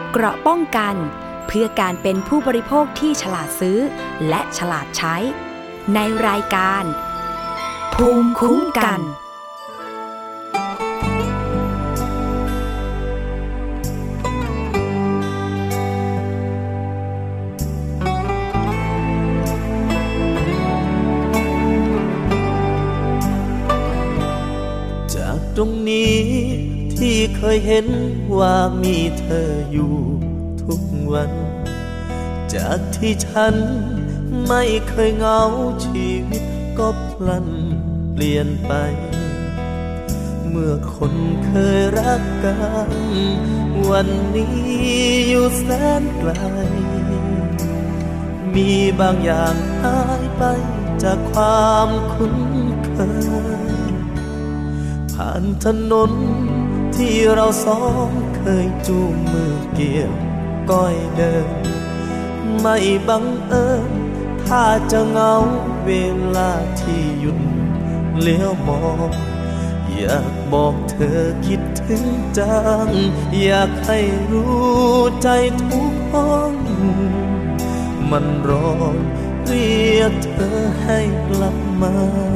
เกราะป้องกันเพื่อการเป็นผู้บริโภคที่ฉลาดซื้อและฉลาดใช้ในรายการภูมิคุ้มกันจากตรงนี้ที่เคยเห็นว่ามีเธออยู่ทุกวันจากที่ฉันไม่เคยเหงาชีวิตก็พลันเปลี่ยนไปเมื่อคนเคยรักกันวันนี้อยู่แสนไกลมีบางอย่างหายไปจากความคุ้นเคยผ่านถนนที่เราสองเคยจูงมือเกี่ยวก้อยเดินไม่บังเอิญถ้าจะเหงาเวลาที่หยุดเลี้ยวมองอยากบอกเธอคิดถึงจังอยากให้รู้ใจทุกห้องมันรอเรียกเธอให้กลับมา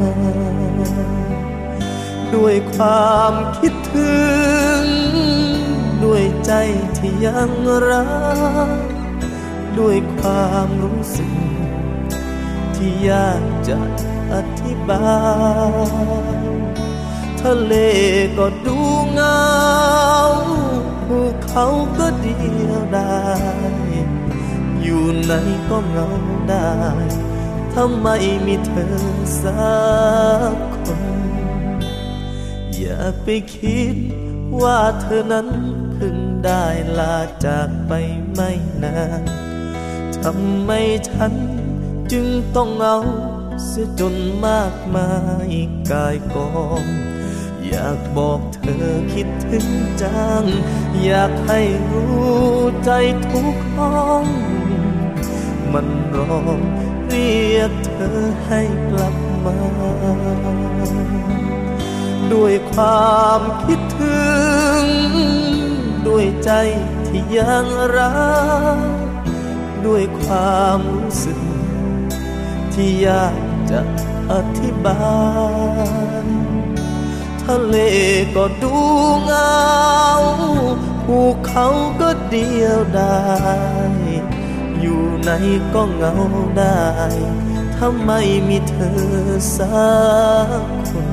ด้วยความคิดถึงด้วยใจที่ยังรักด้วยความรู้สึกที่ยากจะอธิบายทะเลก็ดูเหงาภูเขาก็เดียวดายอยู่ไหนก็เหงาได้ถ้าไม่มีเธอสักคนอย่าไปคิดว่าเธอนั้นเพิ่งได้ลาจากไปไม่นานทำไมฉันจึงต้องเอาเสียจนมากมายกายกองอยากบอกเธอคิดถึงจังอยากให้รู้ใจทุกห้องมันรอเรียกเธอให้กลับมาด้วยความคิดถึงด้วยใจที่ยังรักด้วยความรู้สึกที่ยากจะอธิบายทะเลก็ดูเหงาภูเขาก็เดียวดายอยู่ไหนก็เหงาได้ถ้าไม่มีเธอสักคน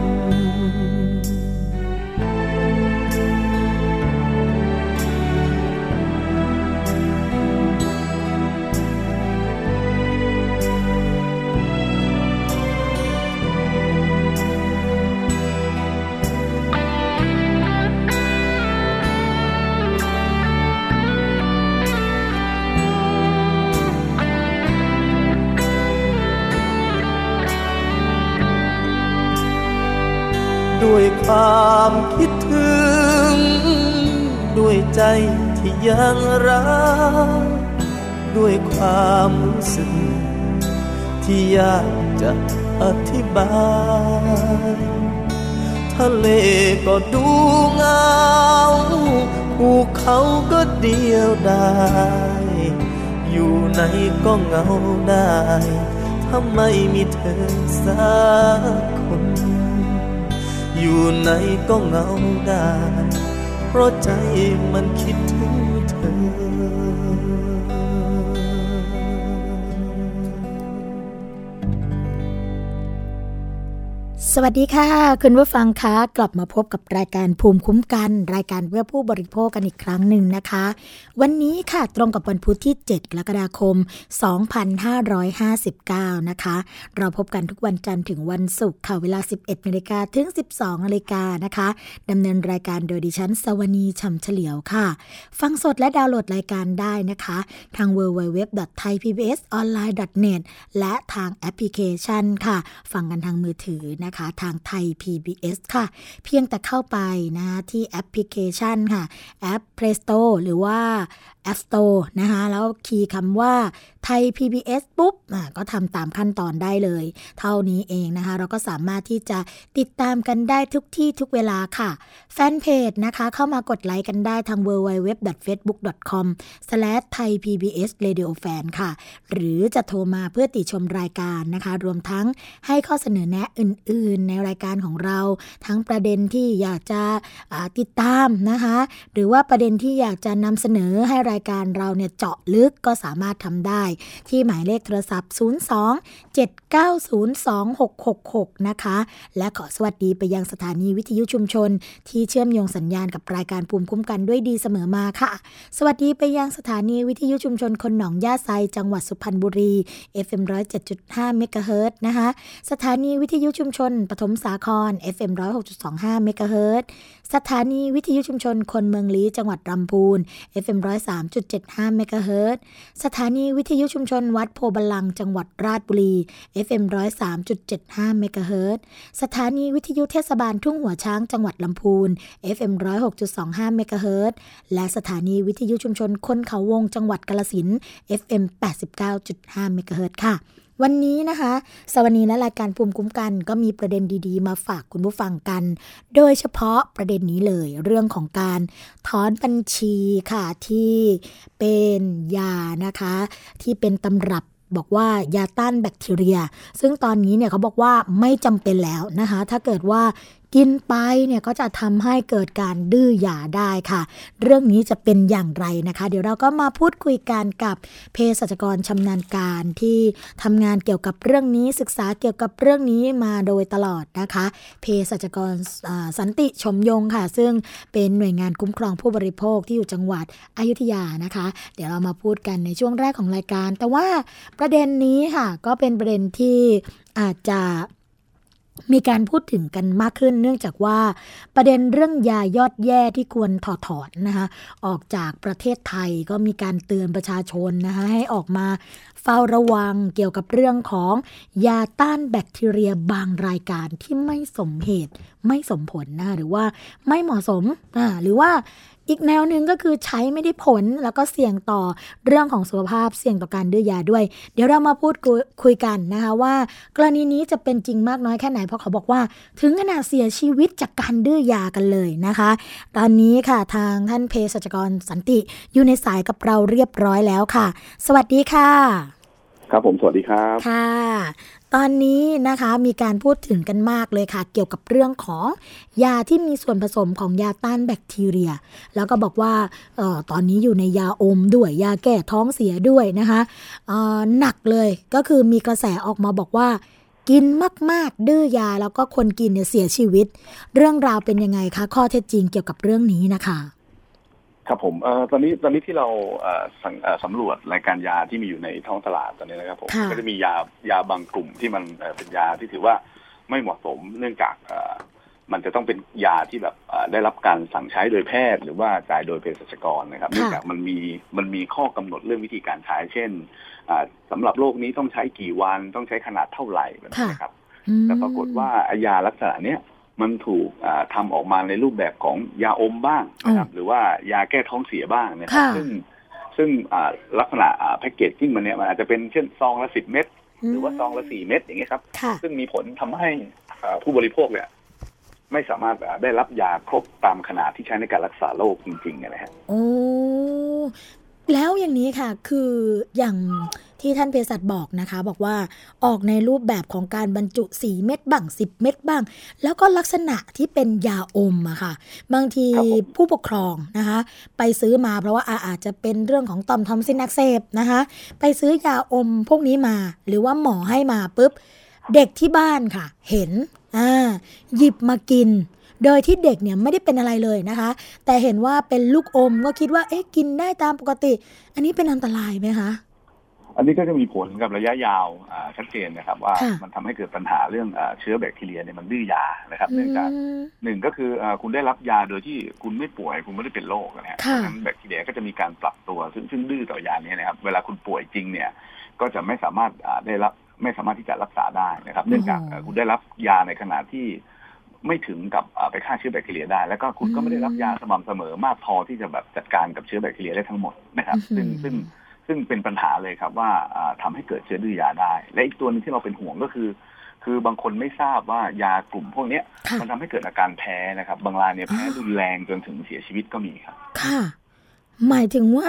ด้วยความคิดถึงด้วยใจที่ยังรักด้วยความรู้สึกที่ยากจะอธิบายทะเลก็ดูเหงาภูเขาก็เดียวดายอยู่ไหนก็เหงาได้ถ้าไม่มีเธอสักคนอยู่ไหนก็เหงาได้เพราะใจมันคิดถึงเธอสวัสดีค่ะคุณผู้ฟังคะกลับมาพบกับรายการภูมิคุ้มกันรายการเพื่อผู้บริโภคกันอีกครั้งหนึ่งนะคะวันนี้ค่ะตรงกับวันพุธที่7กรกฎาคม2559นะคะเราพบกันทุกวันจันทร์ถึงวันศุกร์ค่ะเวลา 11:00 นถึง 12:00 นนะคะดำเนินรายการโดยดิฉันสวนีฉ่ำเฉลียวค่ะฟังสดและดาวน์โหลดรายการได้นะคะทาง www.thaipbsonline.net และทางแอปพลิเคชันค่ะฟังกันทางมือถือนะคะนะคะทางไทย PBS ค่ะเพียงแต่เข้าไปนะที่แอปพลิเคชันค่ะแอป Play Store หรือว่า App Store นะคะแล้วคีย์คำว่าไทย PBS ปุ๊บก็ทำตามขั้นตอนได้เลยเท่านี้เองนะคะเราก็สามารถที่จะติดตามกันได้ทุกที่ทุกเวลาค่ะแฟนเพจนะคะเข้ามากดไลค์กันได้ทาง www.facebook.com/thaipbsradiofan ค่ะหรือจะโทรมาเพื่อติชมรายการนะคะรวมทั้งให้ข้อเสนอแนะอื่นๆในรายการของเราทั้งประเด็นที่อยากจะติดตามนะคะหรือว่าประเด็นที่อยากจะนำเสนอให้รายการเราเนี่ยเจาะลึกก็สามารถทำได้ที่หมายเลขโทรศัพท์ 02-7902666 นะคะและขอสวัสดีไปยังสถานีวิทยุชุมชนที่เชื่อมโยงสัญญาณกับรายการภูมิคุ้มกันด้วยดีเสมอมาค่ะสวัสดีไปยังสถานีวิทยุชุมชนคนหนองย่าไซจังหวัดสุพรรณบุรี FM 107.5 เมกะเฮิรตซ์นะคะสถานีวิทยุชุมชนปฐมสาคร FM 106.25 เมกะเฮิรตซ์สถานีวิทยุชุมชนคนเมืองลี้จังหวัดลำพูน FM 103.75 เมกะเฮิรตซ์สถานีวิทยุชุมชนวัดโพธิ์บัลลังก์จังหวัดราชบุรี FM 103.75 เมกะเฮิรตซ์สถานีวิทยุเทศบาลทุ่งหัวช้างจังหวัดลำพูน FM 106.25 เมกะเฮิรตซ์และสถานีวิทยุชุมชนคนเขาวงจังหวัดกาฬสินธุ์ FM 89.5 เมกะเฮิรตซ์ค่ะวันนี้นะคะสวนีและรายการภูมิคุ้มกันก็มีประเด็นดีๆมาฝากคุณผู้ฟังกันโดยเฉพาะประเด็นนี้เลยเรื่องของการถอนบัญชีค่ะที่เป็นยานะคะที่เป็นตำรับบอกว่ายาต้านแบคทีเรียซึ่งตอนนี้เนี่ยเขาบอกว่าไม่จำเป็นแล้วนะคะถ้าเกิดว่ากินไปเนี่ยก็จะทำให้เกิดการดื้อยาได้ค่ะเรื่องนี้จะเป็นอย่างไรนะคะเดี๋ยวเราก็มาพูดคุยกันกับเภสัชกรชำนาญการที่ทำงานเกี่ยวกับเรื่องนี้ศึกษาเกี่ยวกับเรื่องนี้มาโดยตลอดนะคะเภสัชกรสันติชมยงค่ะซึ่งเป็นหน่วยงานคุ้มครองผู้บริโภคที่อยู่จังหวัดอยุธยานะคะเดี๋ยวเรามาพูดกันในช่วงแรกของรายการแต่ว่าประเด็นนี้ค่ะก็เป็นประเด็นที่อาจจะมีการพูดถึงกันมากขึ้นเนื่องจากว่าประเด็นเรื่องยายอดแย่ที่ควรถอดถอนนะคะออกจากประเทศไทยก็มีการเตือนประชาชนนะคะให้ออกมาเฝ้าระวังเกี่ยวกับเรื่องของยาต้านแบคทีเรียบางรายการที่ไม่สมเหตุไม่สมผลนะหรือว่าไม่เหมาะสมหรือว่าอีกแนวหนึ่งก็คือใช้ไม่ได้ผลแล้วก็เสี่ยงต่อเรื่องของสุขภาพเสี่ยงต่อการดื้อยาด้วยเดี๋ยวเรามาพูดคุยกันนะคะว่ากรณีนี้จะเป็นจริงมากน้อยแค่ไหนเพราะเขาบอกว่าถึงขนาดเสียชีวิตจากการดื้อยากันเลยนะคะตอนนี้ค่ะทางท่านเภสัชกรสันติอยู่ในสายกับเราเรียบร้อยแล้วค่ะสวัสดีค่ะครับผมสวัสดีครับค่ะตอนนี้นะคะมีการพูดถึงกันมากเลยค่ะเกี่ยวกับเรื่องของยาที่มีส่วนผสมของยาต้านแบคทีเรียแล้วก็บอกว่าตอนนี้อยู่ในยาอมด้วยยาแก้ท้องเสียด้วยนะคะหนักเลยก็คือมีกระแสออกมาบอกว่ากินมากๆดื้อยาแล้วก็คนกินเนี่ยเสียชีวิตเรื่องราวเป็นยังไงคะข้อเท็จจริงเกี่ยวกับเรื่องนี้นะคะครับผมตอนนี้ที่เราสำรวจรายการยาที่มีอยู่ในท้องตลาดตอนนี้นะครับผมก็จะมียาบางกลุ่มที่มันเป็นยาที่ถือว่าไม่เหมาะสมเนื่องจากมันจะต้องเป็นยาที่แบบได้รับการสั่งใช้โดยแพทย์หรือว่าจ่ายโดยเภสัชกรนะครับเนื่องจากมันมีข้อกำหนดเรื่องวิธีการใช้เช่นสำหรับโรคนี้ต้องใช้กี่วันต้องใช้ขนาดเท่าไหร่นะครับแต่ปรากฏว่ายาลักษณะเนี้ยมันถูกทำออกมาในรูปแบบของยาอมบ้างนะครับหรือว่ายาแก้ท้องเสียบ้างนะครับซึ่งลักษณะแพ็กเกจจิ้งมันเนี่ยมันอาจจะเป็นเช่นซองละ10 เม็ดหรือว่าซองละ4 เม็ดอย่างเงี้ยครับซึ่งมีผลทำให้ผู้บริโภคเนี่ยไม่สามารถได้รับยาครบตามขนาดที่ใช้ในการรักษาโรคจริงๆนะฮะโอ้แล้วอย่างนี้ค่ะคืออย่างที่ท่านเภสัชบอกนะคะบอกว่าออกในรูปแบบของการบรรจุ4 เม็ดบ้าง10 เม็ดบ้างแล้วก็ลักษณะที่เป็นยาอมอะค่ะบางทีผู้ปกครองนะคะไปซื้อมาเพราะว่าอาจจะเป็นเรื่องของต่อมทอมซินอักเสบนะคะไปซื้อยาอมพวกนี้มาหรือว่าหมอให้มาปุ๊บเด็กที่บ้านค่ะเห็นหยิบมากินโดยที่เด็กเนี่ยไม่ได้เป็นอะไรเลยนะคะแต่เห็นว่าเป็นลูกอมก็คิดว่ากินได้ตามปกติอันนี้เป็นอันตรายไหมคะอันนี้ก็จะมีผลกับระยะยาวชัดเจนนะครับว่ามันทำให้เกิดปัญหาเรื่องเชื้อแบคทีเรียเนี่ยมันดื้อยานะครับเนื่องจากหนึ่งก็คือคุณได้รับยาโดยที่คุณไม่ป่วยคุณไม่ได้เป็นโรคนะฮะดังนั้นแบคทีเรียก็จะมีการปรับตัวซึ่งดื้อต่อยานี้นะครับเวลาคุณป่วยจริงเนี่ยก็จะไม่สามารถได้รับไม่สามารถที่จะรักษาได้นะครับเนื่องจากคุณได้รับยาในขณะที่ไม่ถึงกับไปฆ่าเชื้อแบคทีเรียได้แล้วก็คุณก็ไม่ได้รับยาสม่ำเสมอมากพอที่จะแบบจัดการกับเชื้อแบคทีเรียได้ทั้งหมดนะครับซึ่งเป็นปัญหาเลยครับว่าทำให้เกิดเชื้อดื้อยาได้และอีกตัวนึงที่เราเป็นห่วงก็คือบางคนไม่ทราบว่ายากลุ่มพวกนี้มันทำให้เกิดอาการแพ้นะครับบางรายเนี่ยแพ้รุนแรงจนถึงเสียชีวิตก็มีครับค่ะหมายถึงว่า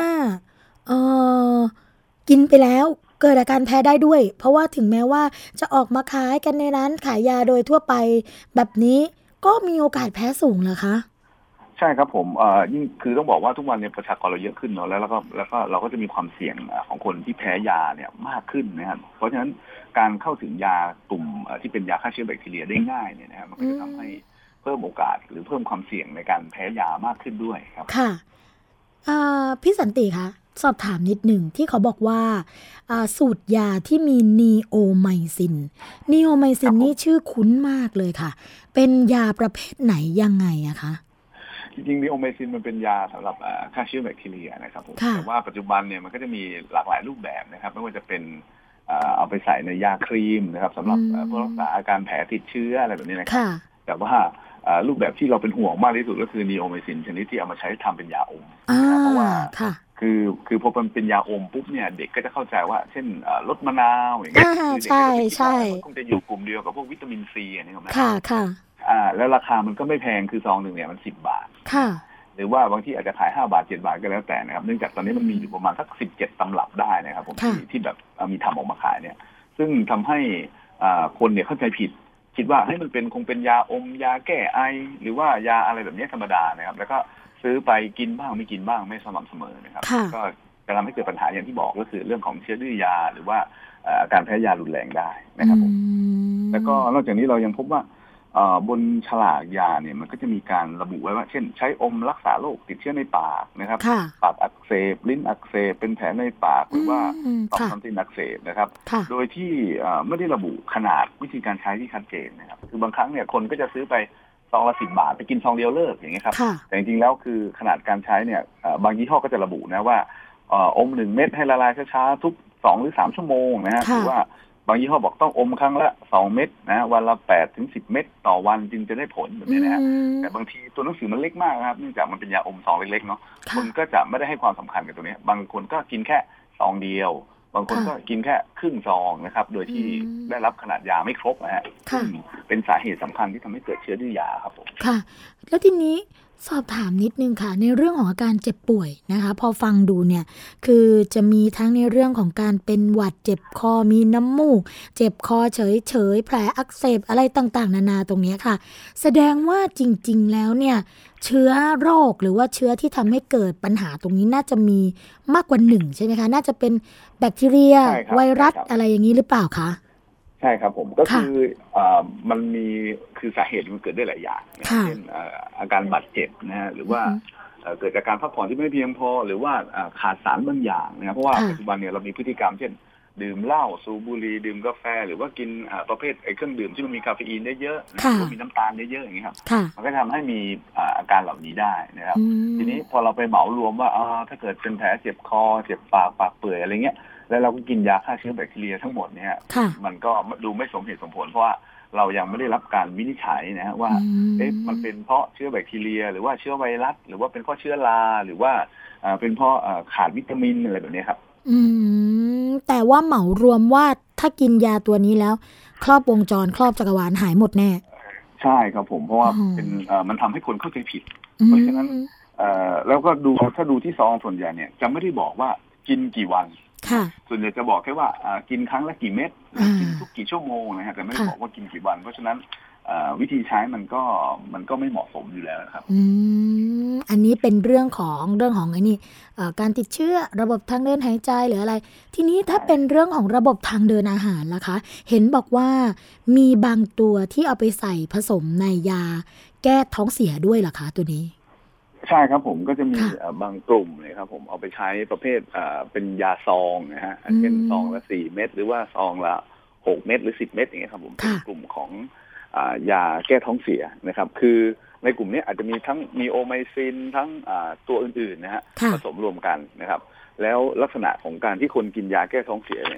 กินไปแล้วเกิดอาการแพ้ได้ด้วยเพราะว่าถึงแม้ว่าจะออกมาขายกันในร้านขายยาโดยทั่วไปแบบนี้ก็มีโอกาสแพ้สูงเหรอคะใช่ครับผมยิ่งคือต้องบอกว่าทุกวันเนี่ยประชากรเราเยอะขึ้นเนาะแล้วก็เราก็จะมีความเสี่ยงของคนที่แพ้ยาเนี่ยมากขึ้นนะครับเพราะฉะนั้นการเข้าถึงยากลุ่มที่เป็นยาฆ่าเชื้อแบคทีเรียได้ง่ายเนี่ยนะครับมันก็จะทำให้เพิ่มโอกาสหรือเพิ่มความเสี่ยงในการแพ้ยามากขึ้นด้วยครับค่ะพี่สันติคะสอบถามนิดหนึ่งที่เขาบอกว่าสูตรยาที่มีนีโอไมซินนี่ชื่อคุ้นมากเลยค่ะเป็นยาประเภทไหนยังไงอะคะจริงๆนีโอไมซินมันเป็นยาสำหรับฆ่าเชื้อแบคทีเรียนะครับผมแต่ว่าปัจจุบันเนี่ยมันก็จะมีหลากหลายรูปแบบนะครับไม่ว่าจะเป็นเอาไปใส่ในยาครีมนะครับสำหรับผู้รักษาอาการแผลติดเชื้ออะไรแบบนี้นะครับแต่ว่ารูปแบบที่เราเป็นห่วงมากที่สุดก็คือนีโอไมซินชนิดที่เอามาใช้ทำเป็นยาอมเพราะว่าคือพอมันเป็นยาอมปุ๊บเนี่ยเด็กก็จะเข้าใจว่าเช่นรสมะนาวอย่างเงี้ยคือเด็กก็จะคิดว่าคงจะอยู่กลุ่มเดียวกับพวกวิตามินซีอันนี้ถูกไหมค่ะแล้วราคามันก็ไม่แพงคือซองหนึ่งเนี่ยมัน10 บาทหรือว่าบางที่อาจจะขาย5 บาท7 บาทก็แล้วแต่นะครับเนื่องจากตอนนี้มันมีอยู่ประมาณสัก17 ตำรับได้นะครับผมที่แบบมีทำออกมาขายเนี่ยซึ่งทำให้คนเนี่ยเข้าใจผิดคิดว่าให้มันคงเป็นยาอมยาแก้ไอหรือว่ายาอะไรแบบนี้ธรรมดานะครับแล้วก็ซื้อไปกินบ้างไม่กินบ้างไม่สม่ำเสมอนะครับก็จะทำให้เกิดปัญหาอย่างที่บอกก็คือเรื่องของเชื้อดื้อยาหรือว่าอาการแพ้ยารุนแรงได้นะครับผมแล้วก็นอกจากนี้เรายังพบว่าบนฉลากยาเนี่ยมันก็จะมีการระบุไว้ว่าเช่นใช้อมรักษาโรคติดเชื้อในปากนะครับปากอักเสบลิ้นอักเสบเป็นแผลในปากหรือว่าต่อมทอนซิลอักเสบนะครับโดยที่ไม่ได้ระบุขนาดวิธีการใช้ที่ชัดเจนนะครับคือบางครั้งเนี่ยคนก็จะซื้อไปซองละ10 บาทไปกินซองเดียวเลิกอย่างเงี้ยครับแต่จริงๆแล้วคือขนาดการใช้เนี่ยบางยี่ห้อก็จะระบุนะว่าอม1 เม็ดให้ละลายช้าๆทุก2 หรือ 3 ชั่วโมงนะฮะหรือว่าบางยี่ห้อบอกต้องอมครั้งละ2 เม็ดนะวันละ8 ถึง 10 เม็ดต่อวันจึงจะได้ผลแบบนี้นะฮะแต่บางทีตัวหนังสือมันเล็กมากครับเนื่องจากมันเป็นยาอมซองเล็กๆเนาะคนก็จะไม่ได้ให้ความสำคัญกับตัวนี้บางคนก็กินแค่ซองเดียวบางคนก็กินแค่ครึ่งซองนะครับโดยที่ได้รับขนาดยาไม่ครบนะฮะเป็นสาเหตุสำคัญที่ทำให้เกิดเชื้อดื้อยาครับผมค่ะแล้วทีนี้สอบถามนิดนึงค่ะในเรื่องของอาการเจ็บป่วยนะคะพอฟังดูเนี่ยคือจะมีทั้งในเรื่องของการเป็นหวัดเจ็บคอมีน้ำมูกเจ็บคอเฉยแผลอักเสบอะไรต่างๆนานาตรงนี้ค่ะแสดงว่าจริงๆแล้วเนี่ยเชื้อโรคหรือว่าเชื้อที่ทำให้เกิดปัญหาตรงนี้น่าจะมีมากกว่า1ใช่ไหมคะน่าจะเป็นแบคทีเรียไวรัสอะไรอย่างนี้หรือเปล่าคะใช่ครับผมก็คือมันมีคือสาเหตุมันเกิดได้หลายอย่างเช่นอาการบาดเจ็บนะฮะหรือว่าเกิดจากการพักผ่อนที่ไม่เพียงพอหรือว่าขาดสารบางอย่างนะครับเพราะว่าปัจจุบันเนี่ยเรามีพฤติกรรมเช่นดื่มเหล้าสูบบุหรี่ดื่มกาแฟหรือว่ากินประเภทเครื่องดื่มที่มันมีคาเฟอีนเยอะๆหรือว่ามีน้ำตาลเยอะๆอย่างนี้ครับมันก็ทำให้มีอาการเหล่านี้ได้นะครับทีนี้พอเราไปเหมารวมว่าถ้าเกิดเป็นแผลเจ็บคอเจ็บปากเปื่อยอะไรเงี้ยแล้วเราก็กินยาฆ่าเชื้อแบคทีเรียทั้งหมดเนี่ยมันก็ดูไม่สมเหตุสมผลเพราะว่าเรายังไม่ได้รับการวินิจฉัยนะฮะว่ามันเป็นเพราะเชื้อแบคทีเรียหรือว่าเชื้อไวรัสหรือว่าเป็นเพราะเชื้อราหรือว่าเป็นเพราะขาดวิตามินอะไรแบบนี้ครับแต่ว่าเหมารวมว่าถ้ากินยาตัวนี้แล้วครอบวงจรครอบจักรวาลหายหมดแน่ใช่ครับผมเพราะว่าเป็นมันทำให้คนเข้าใจผิดเพราะฉะนั้นแล้วก็ถ้าดูที่ซองส่วนใหญ่เนี่ยจะไม่ได้บอกว่ากินกี่วันส่วนใหญ่จะบอกแค่ว่ากินครั้งละกี่เม็ดกินทุกกี่ชั่วโมงนะฮะแต่ไม่ได้บอกว่ากินกี่วันเพราะฉะนั้นวิธีใช้มันก็ไม่เหมาะสมอยู่แล้วครับอันนี้เป็นเรื่องของไอ้นี่การติดเชื้อระบบทางเดินหายใจหรืออะไรทีนี้ถ้าเป็นเรื่องของระบบทางเดินอาหารล่ะคะเห็นบอกว่ามีบางตัวที่เอาไปใส่ผสมในยาแก้ท้องเสียด้วยเหรอคะตัวนี้ใช่ครับผมก็จะมีบางกลุ่มเลยครับผมเอาไปใช้ประเภทเป็นยาซองนะฮะเช่นซองละ4 เม็ดหรือว่าซองละ6 เม็ดหรือ10 เม็ดอย่างเงี้ยครับผมเป็นกลุ่มของยาแก้ท้องเสียนะครับคือในกลุ่มนี้อาจจะมีทั้งนีโอไมซินทั้งตัวอื่นๆนะฮะผสมรวมกันนะครับแล้วลักษณะของการที่คนกินยาแก้ท้องเสียเนี่ย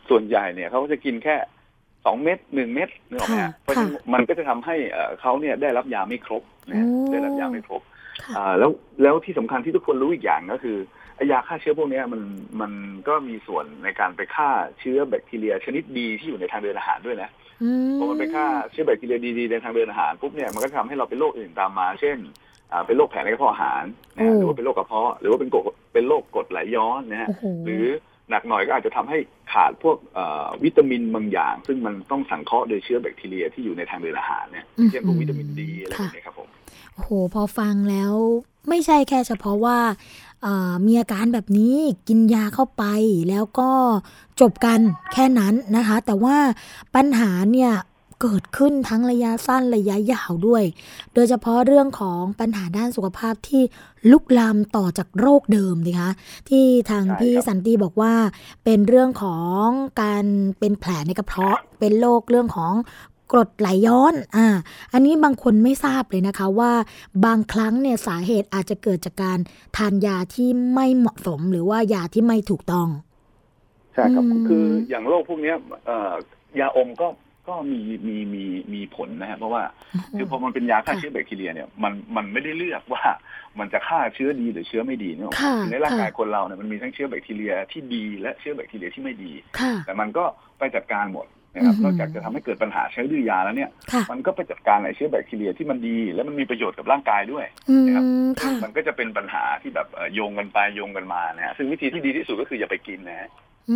ส่วนใหญ่เนี่ยเขาจะกินแค่2 เม็ด1 เม็ดนึกออกไหมฮะเพราะฉะนั้นมันก็จะทำให้เขาเนี่ยได้รับยาไม่ครบนะได้รับยาไม่ครบแล้วที่สำคัญที่ทุกคนรู้อีกอย่างก็คือยาฆ่าเชื้อพวกนี้มันก็มีส่วนในการไปฆ่าเชื้อแบคทีเรียชนิดดีที่อยู่ในทางเดินอาหารด้วยนะพอมันไปฆ่าเชื้อแบคทีเรียดีๆในทางเดินอาหารปุ๊บเนี่ยมันก็ทำให้เราเป็นโรคอื่นตามมาเช่นเป็นโรคแผลในกระเพาะอาหารนะหรือว่าเป็นโรคกระเพาะหรือว่าเป็นโรคกรดไหลย้อนนะฮะหรือหนักหน่อยก็อาจจะทำให้ขาดพวกวิตามินบางอย่างซึ่งมันต้องสังเคราะห์โดยเชื้อแบคทีเรียที่อยู่ในทางเดินอาหารเนี่ยเช่นพวกวิตามินดีอะไรอย่างเงี้ยครับผมโอ้โหพอฟังแล้วไม่ใช่แค่เฉพาะว่ามีอาการแบบนี้กินยาเข้าไปแล้วก็จบกันแค่นั้นนะคะแต่ว่าปัญหาเนี่ยเกิดขึ้นทั้งระยะสั้นระยะยาวด้วยโดยเฉพาะเรื่องของปัญหาด้านสุขภาพที่ลุกลามต่อจากโรคเดิมนะคะที่ทางพี่สันติบอกว่าเป็นเรื่องของการเป็นแผลในกระเพาะเป็นโรคเรื่องของกรดไหลย้อนอันนี้บางคนไม่ทราบเลยนะคะว่าบางครั้งเนี่ยสาเหตุอาจจะเกิดจากการทานยาที่ไม่เหมาะสมหรือว่ายาที่ไม่ถูกต้องใช่ครับคืออย่างโรคพวกนี้ยาอมก็มีผลนะครับเพราะว่าคือพอมันเป็นยาฆ่าเชื้อแบคทีเรียเนี่ยมันไม่ได้เลือกว่ามันจะฆ่าเชื้อดีหรือเชื้อไม่ดีเนาะในร่างกายคนเราเนี่ยมันมีทั้งเชื้อแบคทีเรียที่ดีและเชื้อแบคทีเรียที่ไม่ดีแต่มันก็ไปจัดการหมดนะครับนอกจากจะทำให้เกิดปัญหาใช้ดื้อยาแล้วเนี่ยมันก็ไปจัดการในเชื้อแบคทีเรียที่มันดีและมันมีประโยชน์กับร่างกายด้วยนะครับมันก็จะเป็นปัญหาที่แบบโยงกันไปโยงกันมานะซึ่งวิธีที่ดีที่สุดก็คืออย่าไปกินนะ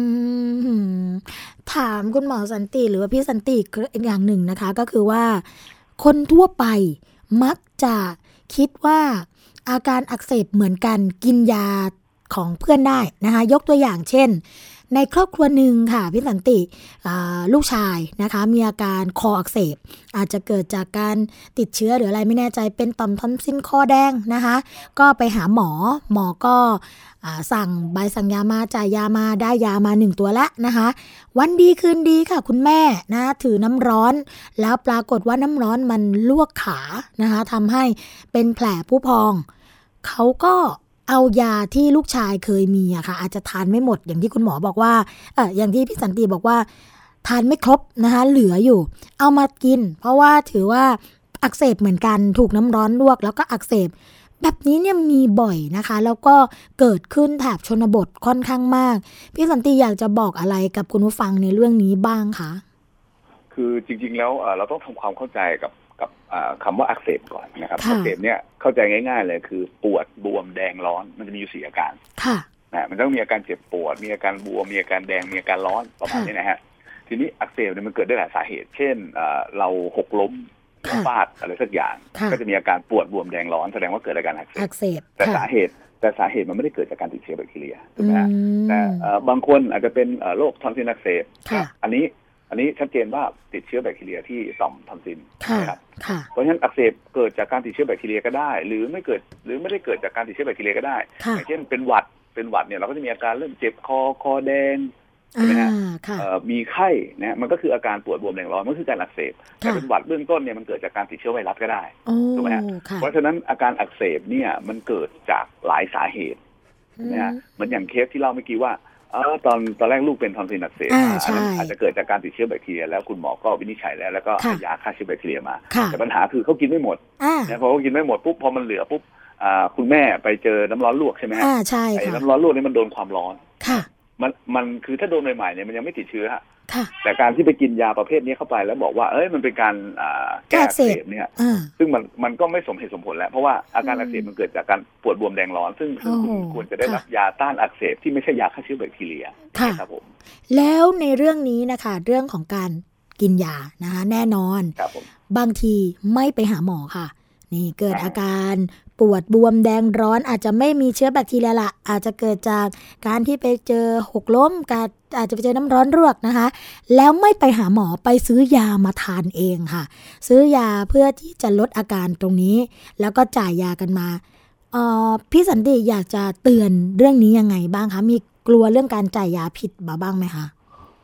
ถามคุณหมอสันติหรือว่าพี่สันติอีกอย่างหนึ่งนะคะก็คือว่าคนทั่วไปมักจะคิดว่าอาการอักเสบเหมือนกันกินยาของเพื่อนได้นะคะยกตัวอย่างเช่นในครอบครัวหนึ่งค่ะพี่สันติลูกชายนะคะมีอาการคออักเสบอาจจะเกิดจากการติดเชื้อหรืออะไรไม่แน่ใจเป็นต่อมทอนซิลคอแดงนะคะก็ไปหาหมอก็สั่งใบสั่งยามาจ่ายยามาได้ยามา1 ตัวละนะคะวันดีคืนดีค่ะคุณแม่นะถือน้ำร้อนแล้วปรากฏว่าน้ำร้อนมันลวกขานะคะทำให้เป็นแผลผู้พองเขาก็เอายาที่ลูกชายเคยมีอะค่ะอาจจะทานไม่หมดอย่างที่คุณหมอบอกว่าอย่างที่พี่สันติบอกว่าทานไม่ครบนะคะเหลืออยู่เอามากินเพราะว่าถือว่าอักเสบเหมือนกันถูกน้ำร้อนลวกแล้วก็อักเสบแบบนี้เนี่ยมีบ่อยนะคะแล้วก็เกิดขึ้นแถบชนบทค่อนข้างมากพี่สันติอยากจะบอกอะไรกับคุณผู้ฟังในเรื่องนี้บ้างคะคือจริงๆแล้วเราต้องทำความเข้าใจกับคำว่าอักเสบก่อนนะครับอักเสบเนี่ยเข้าใจง่ายๆเลยคือปวดบวมแดงร้อนมันจะมีอยู่4 อาการนะมันต้องมีอาการเจ็บปวดมีอาการบวมมีอาการแดงมีอาการร้อนประมาณนี้นะฮะทีนี้อักเสบเนี่ยมันเกิดได้หลายสาเหตุเช่นเราหกล้มฟาดอะไรสักอย่างก็จะมีอาการปวดบวมแดงร้อนแสดงว่าเกิดอาการอักเสบแต่สาเหตุมันไม่ได้เกิดจากการติดเชื้อแบคทีเรียถูกไหมฮะแต่บางคนอาจจะเป็นโรคทอนซิลอักเสบอันนี้ชัดเจนว่าติดเชื้อแบคทีเรียที่ต่อมทอนซิลนะครับเพราะฉะนั้นอักเสบเกิดจากการติดเชื้อแบคทีเรียก็ได้หรือไม่ได้เกิดจากการติดเชื้อแบคทีเรียก็ได้อย่างเช่นเป็นหวัดเนี่ยเราก็จะมีอาการเริ่มเจ็บคอแดงใช่ไหมฮะมีไข้นะมันก็คืออาการปวดบวมแดงร้อนมันคือการอักเสบแต่เป็นหวัดเบื้องต้นเนี่ยมันเกิดจากการติดเชื้อไวรัสก็ได้ถูกไหมฮะเพราะฉะนั้นอาการอักเสบเนี่ยมันเกิดจากหลายสาเหตุนะฮะเหมือนอย่างเคสที่เล่าเมื่อกี้ว่าตอนแรกลูกเป็นทอนซิลอักเสบอาจจะเกิดจากการติดเชื้อแบคทีเรียแล้วคุณหมอก็วินิจฉัยแล้วก็ให้ยาฆ่าเชื้อแบคทีเรียมาแต่ปัญหาคือเขากินไม่หมดนะพอเขากินไม่หมดปุ๊บพอมันเหลือปุ๊บคุณแม่ไปเจอน้ำร้อนลวกใช่ไหมฮะไอ้น้ำร้อนลวกนี่มันโดนความร้อนมันคือถ้าโดนใหม่ๆเนี่ยมันยังไม่ติดเชื้อแต่การที่ไปกินยาประเภทนี้เข้าไปแล้วบอกว่ามันเป็นการแก้อักเสบเนี่ยซึ่งมันก็ไม่สมเหตุสมผลแล้วเพราะว่าอาการอักเสบมันเกิดจากการปวดบวมแดงร้อนซึ่งคุณควรจะได้รับยาต้านอักเสบที่ไม่ใช่ยาฆ่าเชื้อแบคทีเรียครับผมแล้วในเรื่องนี้นะคะเรื่องของการกินยานะคะแน่นอนบางทีไม่ไปหาหมอค่ะนี่เกิดอาการปวดบวมแดงร้อนอาจจะไม่มีเชื้อแบคทีเรียละอาจจะเกิดจากการที่ไปเจอหกล้มอาจจะไปเจอน้ำร้อนลวกนะคะแล้วไม่ไปหาหมอไปซื้อยามาทานเองค่ะซื้อยาเพื่อที่จะลดอาการตรงนี้แล้วก็จ่ายยากันมาพี่สันติอยากจะเตือนเรื่องนี้ยังไงบ้างคะมีกลัวเรื่องการจ่ายยาผิดบ้างไหมคะ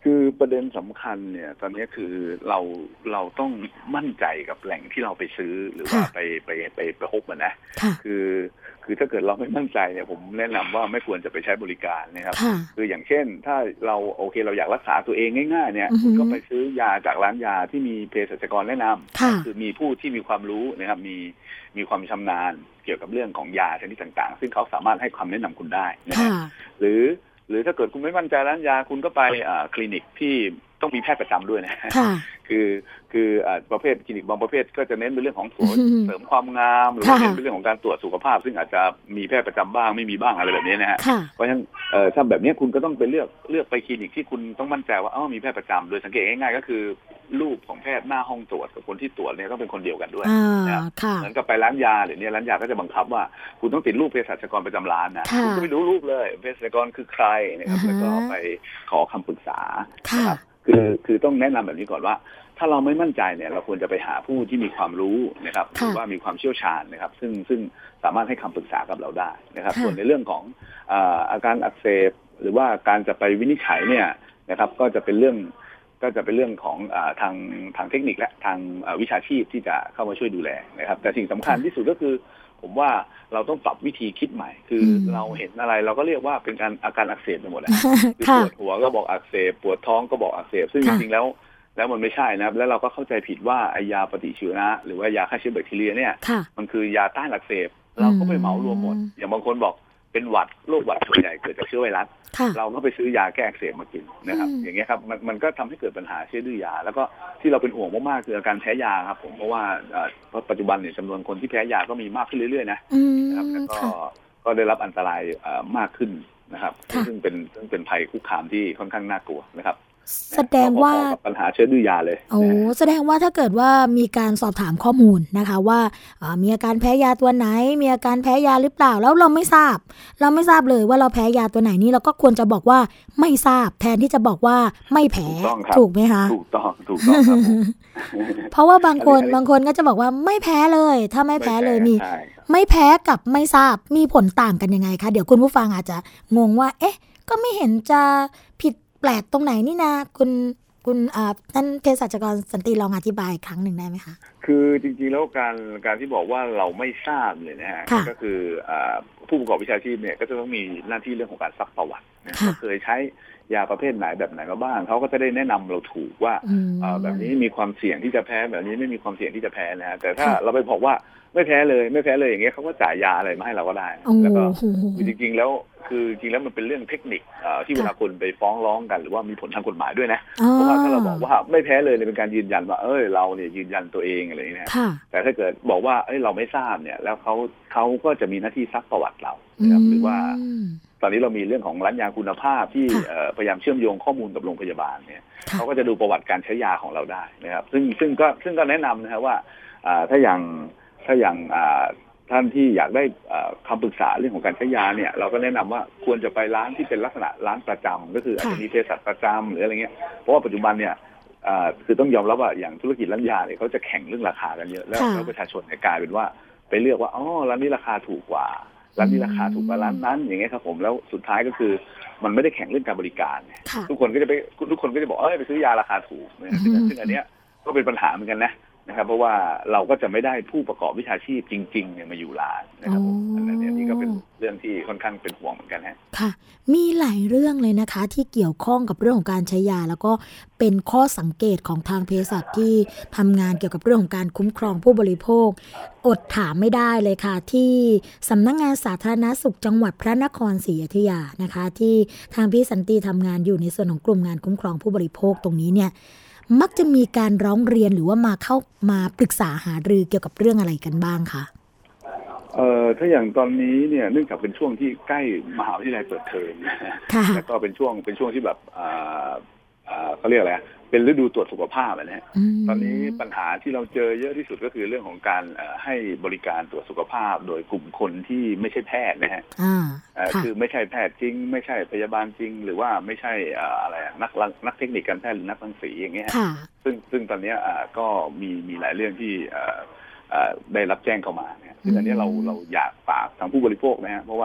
คือประเด็นสำคัญเนี่ยตอนนี้คือเราต้องมั่นใจกับแหล่งที่เราไปซื้อหรือว่าไปพบนะคือถ้าเกิดเราไม่มั่นใจเนี่ยผมแนะนำว่าไม่ควรจะไปใช้บริการนะครับคืออย่างเช่นถ้าเราโอเคเราอยากรักษาตัวเองง่ายๆเนี่ยคุณก็ไปซื้อยาจากร้านยาที่มีเภสัชกรแนะนำคือมีผู้ที่มีความรู้นะครับมีความชำนาญเกี่ยวกับเรื่องของยาชนิดต่างๆซึ่งเขาสามารถให้ความแนะนำคุณได้นะครับหรือถ้าเกิดคุณไม่มั่นใจร้านยาคุณก็ไปคลินิกที่ต้องมีแพทย์ประจำด้วยนะคือประเภทคลินิกบางประเภทก็จะเน้นในเรื่องของเสริมความงามหรือเน้นในเรื่องของการตรวจสุขภาพซึ่งอาจจะมีแพทย์ประจำบ้างไม่มีบ้างอะไรแบบนี้นะฮะเพราะฉะนั้นถ้าแบบนี้คุณก็ต้องไปเลือกไปคลินิกที่คุณต้องมั่นใจว่ามีแพทย์ประจำโดยสังเกตง่ายๆก็คือรูปของแพทย์หน้าห้องตรวจกับคนที่ตรวจเนี่ยต้องเป็นคนเดียวกันด้วยนะครับเหมือนกับไปร้านยาหรือเนี่ยร้านยาก็จะบังคับว่าคุณต้องติดรูปเภสัชกรประจำร้านนะคุณก็ไม่รู้รูปเลยเภสัชกรคือใครนะครับแล้วก็ไปขอคำปรึกษานะครับคือต้องแนะนำแบบนี้ก่อนว่าถ้าเราไม่มั่นใจเนี่ยเราควรจะไปหาผู้ที่มีความรู้นะครับหรือว่ามีความเชี่ยวชาญนะครับซึ่งสามารถให้คำปรึกษากับเราได้นะครับส่วนในเรื่องของอาการอักเสบหรือว่าการจะไปวินิจฉัยเนี่ยนะครับก็จะเป็นเรื่องของทางเทคนิคและทางวิชาชีพที่จะเข้ามาช่วยดูแลนะครับแต่สิ่งสำคัญที่สุดก็คือผมว่าเราต้องปรับวิธีคิดใหม่คือเราเห็นอะไรเราก็เรียกว่าเป็นอาการอักเสบไปหมดแล้วปวดหัวก็บอกอักเสบปวดท้องก็บอกอักเสบซึ่งจริงๆแล้วมันไม่ใช่นะครับแล้วเราก็เข้าใจผิดว่ายาปฏิชีวนะหรือว่ายาฆ่าเชื้อแบคทีเรียเนี่ยมันคือยาต้านอักเสบเราก็ไปเหมารวมหมดอย่างบางคนบอกเป็นหวัดโรคหวัดส่วนใหญ่เกิดจากเชื้อไวรัสเราก็ไปซื้อยาแก้อักเสบมากินนะครับอย่างเงี้ยครับมันก็ทำให้เกิดปัญหาเชื้อดื้อยาแล้วก็ที่เราเป็นห่วงมากๆคืออาการแพ้ยาครับผมเพราะว่าปัจจุบันเนี่ยจำนวนคนที่แพ้ยาก็มีมากขึ้นเรื่อยๆนะครับแล้วก็ได้รับอันตรายมากขึ้นนะครับซึ่งเป็นภัยคุกคามที่ค่อนข้างน่ากลัวนะครับแสดงว่าปัญหาเชื้อดื้อยาเลยแสดงว่าถ้าเกิดว่ามีการสอบถามข้อมูลนะคะว่ามีอาการแพ้ยาตัวไหนมีอาการแพ้ยาหรือเปล่าแล้วเราไม่ทราบเลยว่าเราแพ้ยาตัวไหนนี่เราก็ควรจะบอกว่าไม่ทราบแทนที่จะบอกว่าไม่แพ้ถูกไหมคะถูกต้องครับเพราะว่าบางคนก็จะบอกว่าไม่แพ้เลยถ้าไม่แพ้เลยนี่ไม่แพ้กับไม่ทราบมีผลต่างกันยังไงคะเดี๋ยวคุณผู้ฟังอาจจะงงว่าเอ๊ะก็ไม่เห็นจะผิดแปลกตรงไหนนี่นะคุณท่านเภสัชกรสันติลองอธิบายครั้งหนึ่งได้ไหมคะคือจริงๆแล้วการที่บอกว่าเราไม่ทราบเลยนะฮะก็คือผู้ประกอบวิชาชีพเนี่ยก็จะต้องมีหน้าที่เรื่องของการซักประวัติว่าเคยใช้ยาประเภทไหนแบบไหนมาบ้างเขาก็จะได้แนะนำเราถูกว่าแบบนี้มีความเสี่ยงที่จะแพ้แบบนี้ไม่มีความเสี่ยงที่จะแพ้นะฮะแต่ถ้าเราไปบอกว่าไม่แพ้เลยอย่างเงี้ยเขาก็จ่ายยาอะไรมาให้เราก็ได้แล้วก็จริงๆแล้วมันเป็นเรื่องเทคนิคที่เวลาคนไปฟ้องร้องกันหรือว่ามีผลทางกฎหมายด้วยนะเพราะว่าถ้าเราบอกว่าไม่แพ้เลยเป็นการยืนยันว่าเราเนี่ยยืนยันตัวเองอะไรอย่างเงี้ยแต่ถ้าเกิดบอกว่าเราไม่ทราบเนี่ยแล้วเขาก็จะมีหน้าที่ซักประวัติเราหรือว่าตอนนี้เรามีเรื่องของร้านยาคุณภาพที่พยายามเชื่อมโยงข้อมูลกับโรงพยาบาลเนี่ยเขาก็จะดูประวัติการใช้ยาของเราได้นะครับซึ่งก็แนะนำนะครับว่าถ้าอย่างท่านที่อยากได้คำปรึกษาเรื่องของการใช้ยาเนี่ยเราก็แนะนำว่าควรจะไปร้านที่เป็นลักษณะร้านประจำก็คืออาจจะมีเภสัชประจำหรืออะไรเงี้ยเพราะว่าปัจจุบันเนี่ยคือต้องยอมรับว่าอย่างธุรกิจร้านยาเนี่ยเขาจะแข่งเรื่องราคากันเยอะแล้วประชาชนกลายเป็นว่าไปเลือกว่าร้านนี้ราคาถูกกว่าร้านนี้ราคาถูกกว่าร้านนั้นอย่างเงี้ยครับผมแล้วสุดท้ายก็คือมันไม่ได้แข่งเรื่องการบริการทุกคนก็จะบอกไปซื้อยาราคาถูกซึ่งอันเนี้ยก็เป็นปัญหาเหมือนกันนะครับเพราะว่าเราก็จะไม่ได้ผู้ประกอบวิชาชีพจริงๆเนี่ยมาอยู่ร้านนะครับอันนี้ก็เป็นเรื่องที่ค่อนข้างเป็นห่วงเหมือนกันค่ะมีหลายเรื่องเลยนะคะที่เกี่ยวข้องกับเรื่องของการใช้ยาแล้วก็เป็นข้อสังเกตของทางเภสัชที่ทำงานเกี่ยวกับเรื่องของการคุ้มครองผู้บริโภคอดถามไม่ได้เลยค่ะที่สำนักงานสาธารณสุขจังหวัดพระนครศรีอยุธยานะคะที่ทางพี่สันติทำงานอยู่ในส่วนของกลุ่มงานคุ้มครองผู้บริโภคตรงนี้เนี่ยมักจะมีการร้องเรียนหรือว่ามาปรึกษาหารือเกี่ยวกับเรื่องอะไรกันบ้างคะถ้าอย่างตอนนี้เนี่ยเนื่องจากเป็นช่วงที่ใกล้มหาวิทยาลัยเปิดเทอมแล้วก็เป็นช่วงที่แบบเขาเรียกอะไรเป็นฤดูตรวจสุขภาพนะฮะตอนนี้ปัญหาที่เราเจอเยอะที่สุดก็คือเรื่องของการให้บริการตรวจสุขภาพโดยกลุ่มคนที่ไม่ใช่แพทย์นะฮะคือไม่ใช่แพทย์จริงไม่ใช่พยาบาลจริงหรือว่าไม่ใช่อะไรนักเทคนิคการแพทย์หรือนักรังสีอย่างเงี้ยซึ่งตอนนี้ก็มีหลายเรื่องที่ได้รับแจ้งเข้ามาเนี่ยซึ่งอันนี้เราอยากฝากทางผู้บริโภคนะฮะเพราะว่า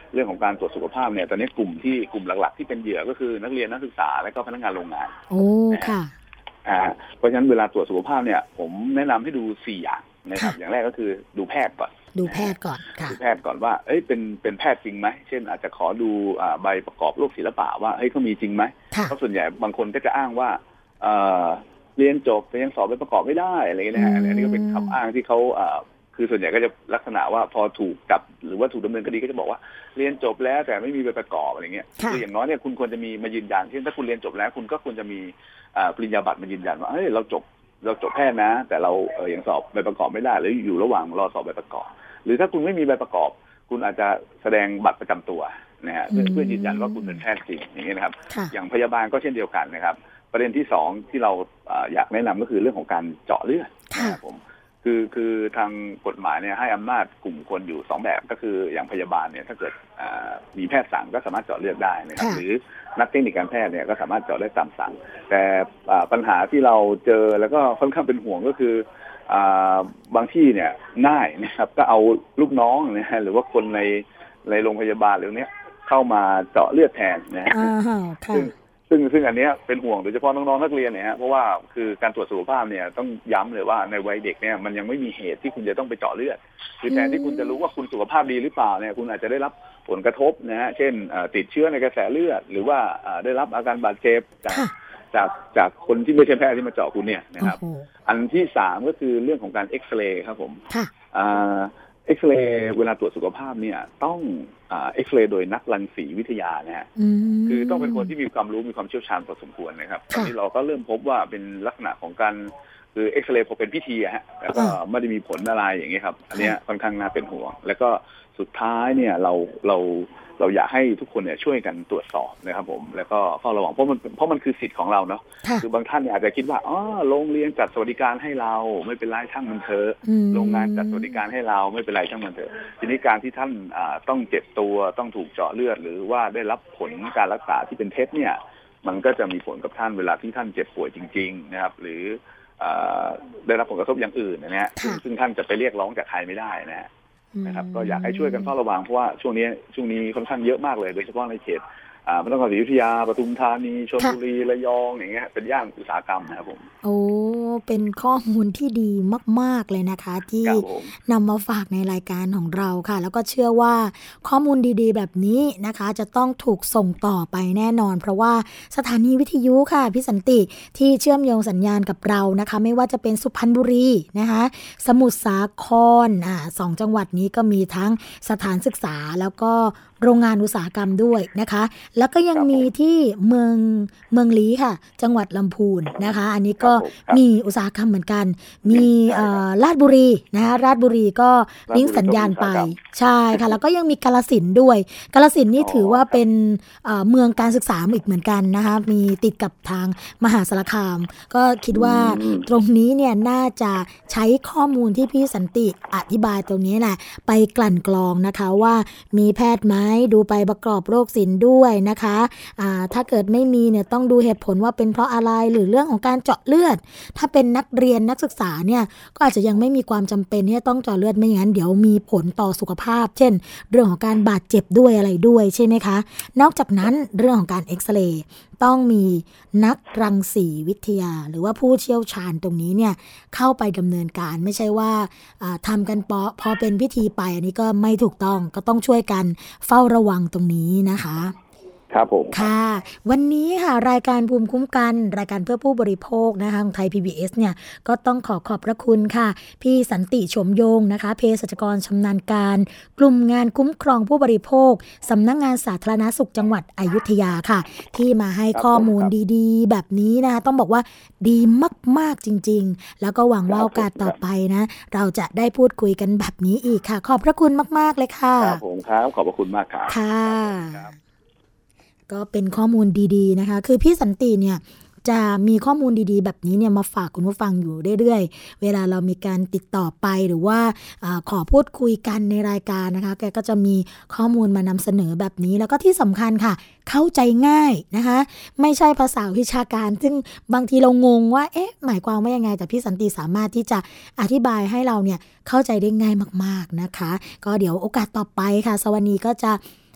เรื่องของการตรวจสุขภาพเนี่ยตอนนี้กลุ่มหลักๆที่เป็นเหยื่อก็คือนักเรียนนักศึกษาและก็พนักงานโรงงานโอ้ค่ะเพราะฉะนั้นเวลาตรวจสุขภาพเนี่ยผมแนะนำให้ดู4อย่างนะครับอย่างแรกก็คือดูแพทย์ก่อนดูแพทย์ก่อนว่าเป็นแพทย์จริงไหมเช่นอาจจะขอดูใบประกอบโรคศิลปะว่าเขามีจริงไหมเพราะส่วนใหญ่บางคนก็จะอ้างว่าเรียนจบแต่ยังสอบใบประกอบไม่ได้อะไรเงี้ยนะฮะอันนี้ก็เป็นคำอ้างที่เขาคือส่วนใหญ่ก็จะลักษณะว่าพอถูกจับหรือว่าถูกดำเนินคดีก็จะบอกว่าเรียนจบแล้วแต่ไม่มีใบประกอบอะไรเงี้ยคืออย่างน้อยเนี่ยคุณควรจะมีมายืนยันเช่นถ้าคุณเรียนจบแล้วคุณก็ควรจะมีปริญญาบัตรมายืนยันว่าเราจบแพทย์นะแต่เรายังสอบใบประกอบไม่ได้หรืออยู่ระหว่างรอสอบใบประกอบหรือถ้าคุณไม่มีใบประกอบคุณอาจจะแสดงบัตรประจำตัวนะฮะเพื่อยืนยันว่าคุณเป็นแพทย์จริงอย่างนี้นะครับอย่างพยาบาลก็เช่นเดียวกันนะครับประเด็นที่2ที่เราอยากแนะนำก็คือเรื่องของการเจาะเลือดนะครับผมคือทางกฎหมายเนี่ยให้อำนาจกลุ่มคนอยู่2แบบก็คืออย่างพยาบาลเนี่ยถ้าเกิดมีแพทย์สั่งก็สามารถเจาะเลือดได้นะครับหรือนักเทคนิคการแพทย์เนี่ยก็สามารถเจาะได้ตามสั่งแต่ปัญหาที่เราเจอแล้วก็ค่อนข้างเป็นห่วงก็คือบางที่เนี่ยง่ายนะครับก็เอาลูกน้องนะฮะหรือว่าคนในโรงพยาบาลหรือเนี้ยเข้ามาเจาะเลือดแทนนะฮะซึ่งอันนี้เป็นห่วงโดยเฉพาะน้องๆนักเรียนเนี่ยเพราะว่าคือการตรวจสุขภาพเนี่ยต้องย้ำเลยว่าในวัยเด็กเนี่ยมันยังไม่มีเหตุที่คุณจะต้องไปเจาะเลือดคือแทนที่คุณจะรู้ว่าคุณสุขภาพดีหรือเปล่าเนี่ยคุณอาจจะได้รับผลกระทบนะฮะเช่นติดเชื้อในกระแสเลือดหรือว่าได้รับอาการบาดเจ็บจากคนที่ไม่ใช่แพทย์ที่มาเจาะคุณเนี่ยนะครับอันที่3ก็คือเรื่องของการเอ็กซเรย์ครับผมเอ็กซเรย์เวลาตรวจสุขภาพเนี่ยต้องเอ็กซเรย์โดยนักรังสีวิทยานะฮะคือต้องเป็นคนที่มีความรู้มีความเชี่ยวชาญพอสมควรนะครับตอนนี้เราก็เริ่มพบว่าเป็นลักษณะของการคือเอ็กซเรย์พอเป็นพิธีฮะแล้วก็ไม่ได้มีผลอะไรอย่างเงี้ยครับอันนี้ค่อนข้างน่าเป็นห่วงแล้วก็สุดท้ายเนี่ยเราอยากให้ทุกคนเนี่ยช่วยกันตรวจสอบนะครับผมแล้วก็เฝ้าระวังเพราะมันคือสิทธิ์ของเราเนาะคือบางท่านเนี่ยอาจจะคิดว่าโรงเรียนจัดสวัสดิการให้เราไม่เป็นไรช่างมันเถอะโรงงานจัดสวัสดิการให้เราไม่เป็นไรช่างมันเถอะทีนี้การที่ท่านต้องเจ็บตัวต้องถูกเจาะเลือดหรือว่าได้รับผลการรักษาที่เป็นเท็จเนี่ยมันก็จะมีผลกับท่านเวลาที่ท่านเจ็บป่วยจริงๆนะครับหรือได้รับผลกระทบอย่างอื่นนะฮะซึ่งท่านจะไปเรียกร้องจากใครไม่ได้นะครับก็อยากให้ช่วยกันเฝ้าระวังเพราะว่าช่วงนี้ค่อนข้างเยอะมากเลยโดยเฉพาะในเขตพระนครศรีอยุธยาปทุมธานีชลบุรีระยองอย่างเงี้ยเป็นย่านอุตสาหกรรมนะครับผมโอ้เป็นข้อมูลที่ดีมากๆเลยนะคะที่นำมาฝากในรายการของเราค่ะแล้วก็เชื่อว่าข้อมูลดีๆแบบนี้นะคะจะต้องถูกส่งต่อไปแน่นอนเพราะว่าสถานีวิทยุค่ะพี่สันติที่เชื่อมโยงสัญญาณกับเรานะคะไม่ว่าจะเป็นสุพรรณบุรีนะคะสมุทรสาคร2จังหวัดนี้ก็มีทั้งสถานศึกษาแล้วก็โรงงานอุตสาหกรรมด้วยนะคะแล้วก็ยังมีที่เมืองลี้ค่ะจังหวัดลำพูนนะคะอันนี้ก็มีอุตสาหกรรมเหมือนกันมีราชบุรีนะคะราชบุรีก็ลิงก์สัญญาณไปใช่ค่ะแล้วก็ยังมีกาฬสินธุ์ด้วยกาฬสินธุ์นี่ถือว่าเป็นเมืองการศึกษาอีกเหมือนกันนะคะมีติดกับทางมหาสารคามก็คิดว่าตรงนี้เนี่ยน่าจะใช้ข้อมูลที่พี่สันติอธิบายตรงนี้แหละไปกลั่นกรองนะคะว่ามีแพทย์ไหมดูไปประกอบโรคศิลป์ด้วยนะคะถ้าเกิดไม่มีเนี่ยต้องดูเหตุผลว่าเป็นเพราะอะไรหรือเรื่องของการเจาะเลือดถ้าเป็นนักเรียนนักศึกษาเนี่ยก็อาจจะยังไม่มีความจำเป็นที่จะต้องเจาะเลือดไม่อย่างนั้นเดี๋ยวมีผลต่อสุขภาพเช่นเรื่องของการบาดเจ็บด้วยอะไรด้วยใช่ไหมคะนอกจากนั้นเรื่องของการเอ็กซเรย์ต้องมีนักรังสีวิทยาหรือว่าผู้เชี่ยวชาญตรงนี้เนี่ยเข้าไปดำเนินการไม่ใช่ว่าทำกันพอเป็นพิธีไปอันนี้ก็ไม่ถูกต้องก็ต้องช่วยกันเฝ้าระวังตรงนี้นะคะครับผมค่ะวันนี้ค่ะรายการภูมิคุ้มกันรายการเพื่อผู้บริโภคนะคะของไทย PBS เนี่ยก็ต้องขอบพระคุณค่ะพี่สันติชมโยงนะคะเภสัชกรชำนาญการกลุ่มงานคุ้มครองผู้บริโภคสำนักงานสาธารณสุขจังหวัดอยุธยาค่ะที่มาให้ข้อมูลดีๆแบบนี้นะคะต้องบอกว่าดีมากๆจริงๆแล้วก็หวังว่าโอกาสต่อไปนะเราจะได้พูดคุยกันแบบนี้อีกค่ะขอบพระคุณมากๆเลยค่ะครับผมครับขอบพระคุณมากครับค่ะก็เป็นข้อมูลดีๆนะคะคือพี่สันติเนี่ยจะมีข้อมูลดีๆแบบนี้เนี่ยมาฝากคุณผู้ฟังอยู่เรื่อยๆเวลาเรามีการติดต่อไปหรือว่าขอพูดคุยกันในรายการนะคะแกก็จะมีข้อมูลมานำเสนอแบบนี้แล้วก็ที่สำคัญค่ะเข้าใจง่ายนะคะไม่ใช่ภาษาวิชาการซึ่งบางทีเรางงว่าหมายความว่ายังไงแต่พี่สันติสามารถที่จะอธิบายให้เราเนี่ยเข้าใจได้ง่ายมากๆนะคะก็เดี๋ยวโอกาสต่อไปค่ะสวนีก็จะ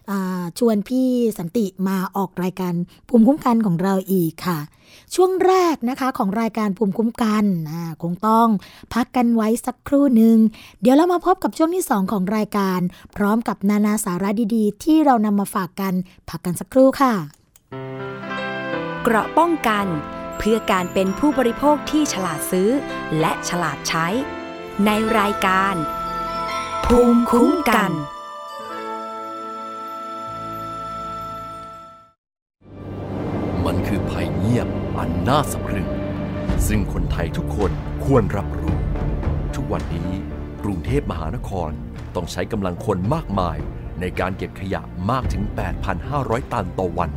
ชวนพี่สันติมาออกรายการภูมิคุ้มกันของเราอีกค่ะช่วงแรกนะคะของรายการภูมิคุ้มกันคงต้องพักกันไว้สักครู่หนึ่งเดี๋ยวเรามาพบกับช่วงที่2ของรายการพร้อมกับนานาสาระดีๆที่เรานำมาฝากกันพักกันสักครู่ค่ะเกราะป้องกันเพื่อการเป็นผู้บริโภคที่ฉลาดซื้อและฉลาดใช้ในรายการภูมิคุ้มกันมันคือภัยเงียบอันน่าสะพรึงซึ่งคนไทยทุกคนควรรับรู้ทุกวันนี้กรุงเทพมหานครต้องใช้กำลังคนมากมายในการเก็บขยะมากถึง 8,500 ตันต่อวัน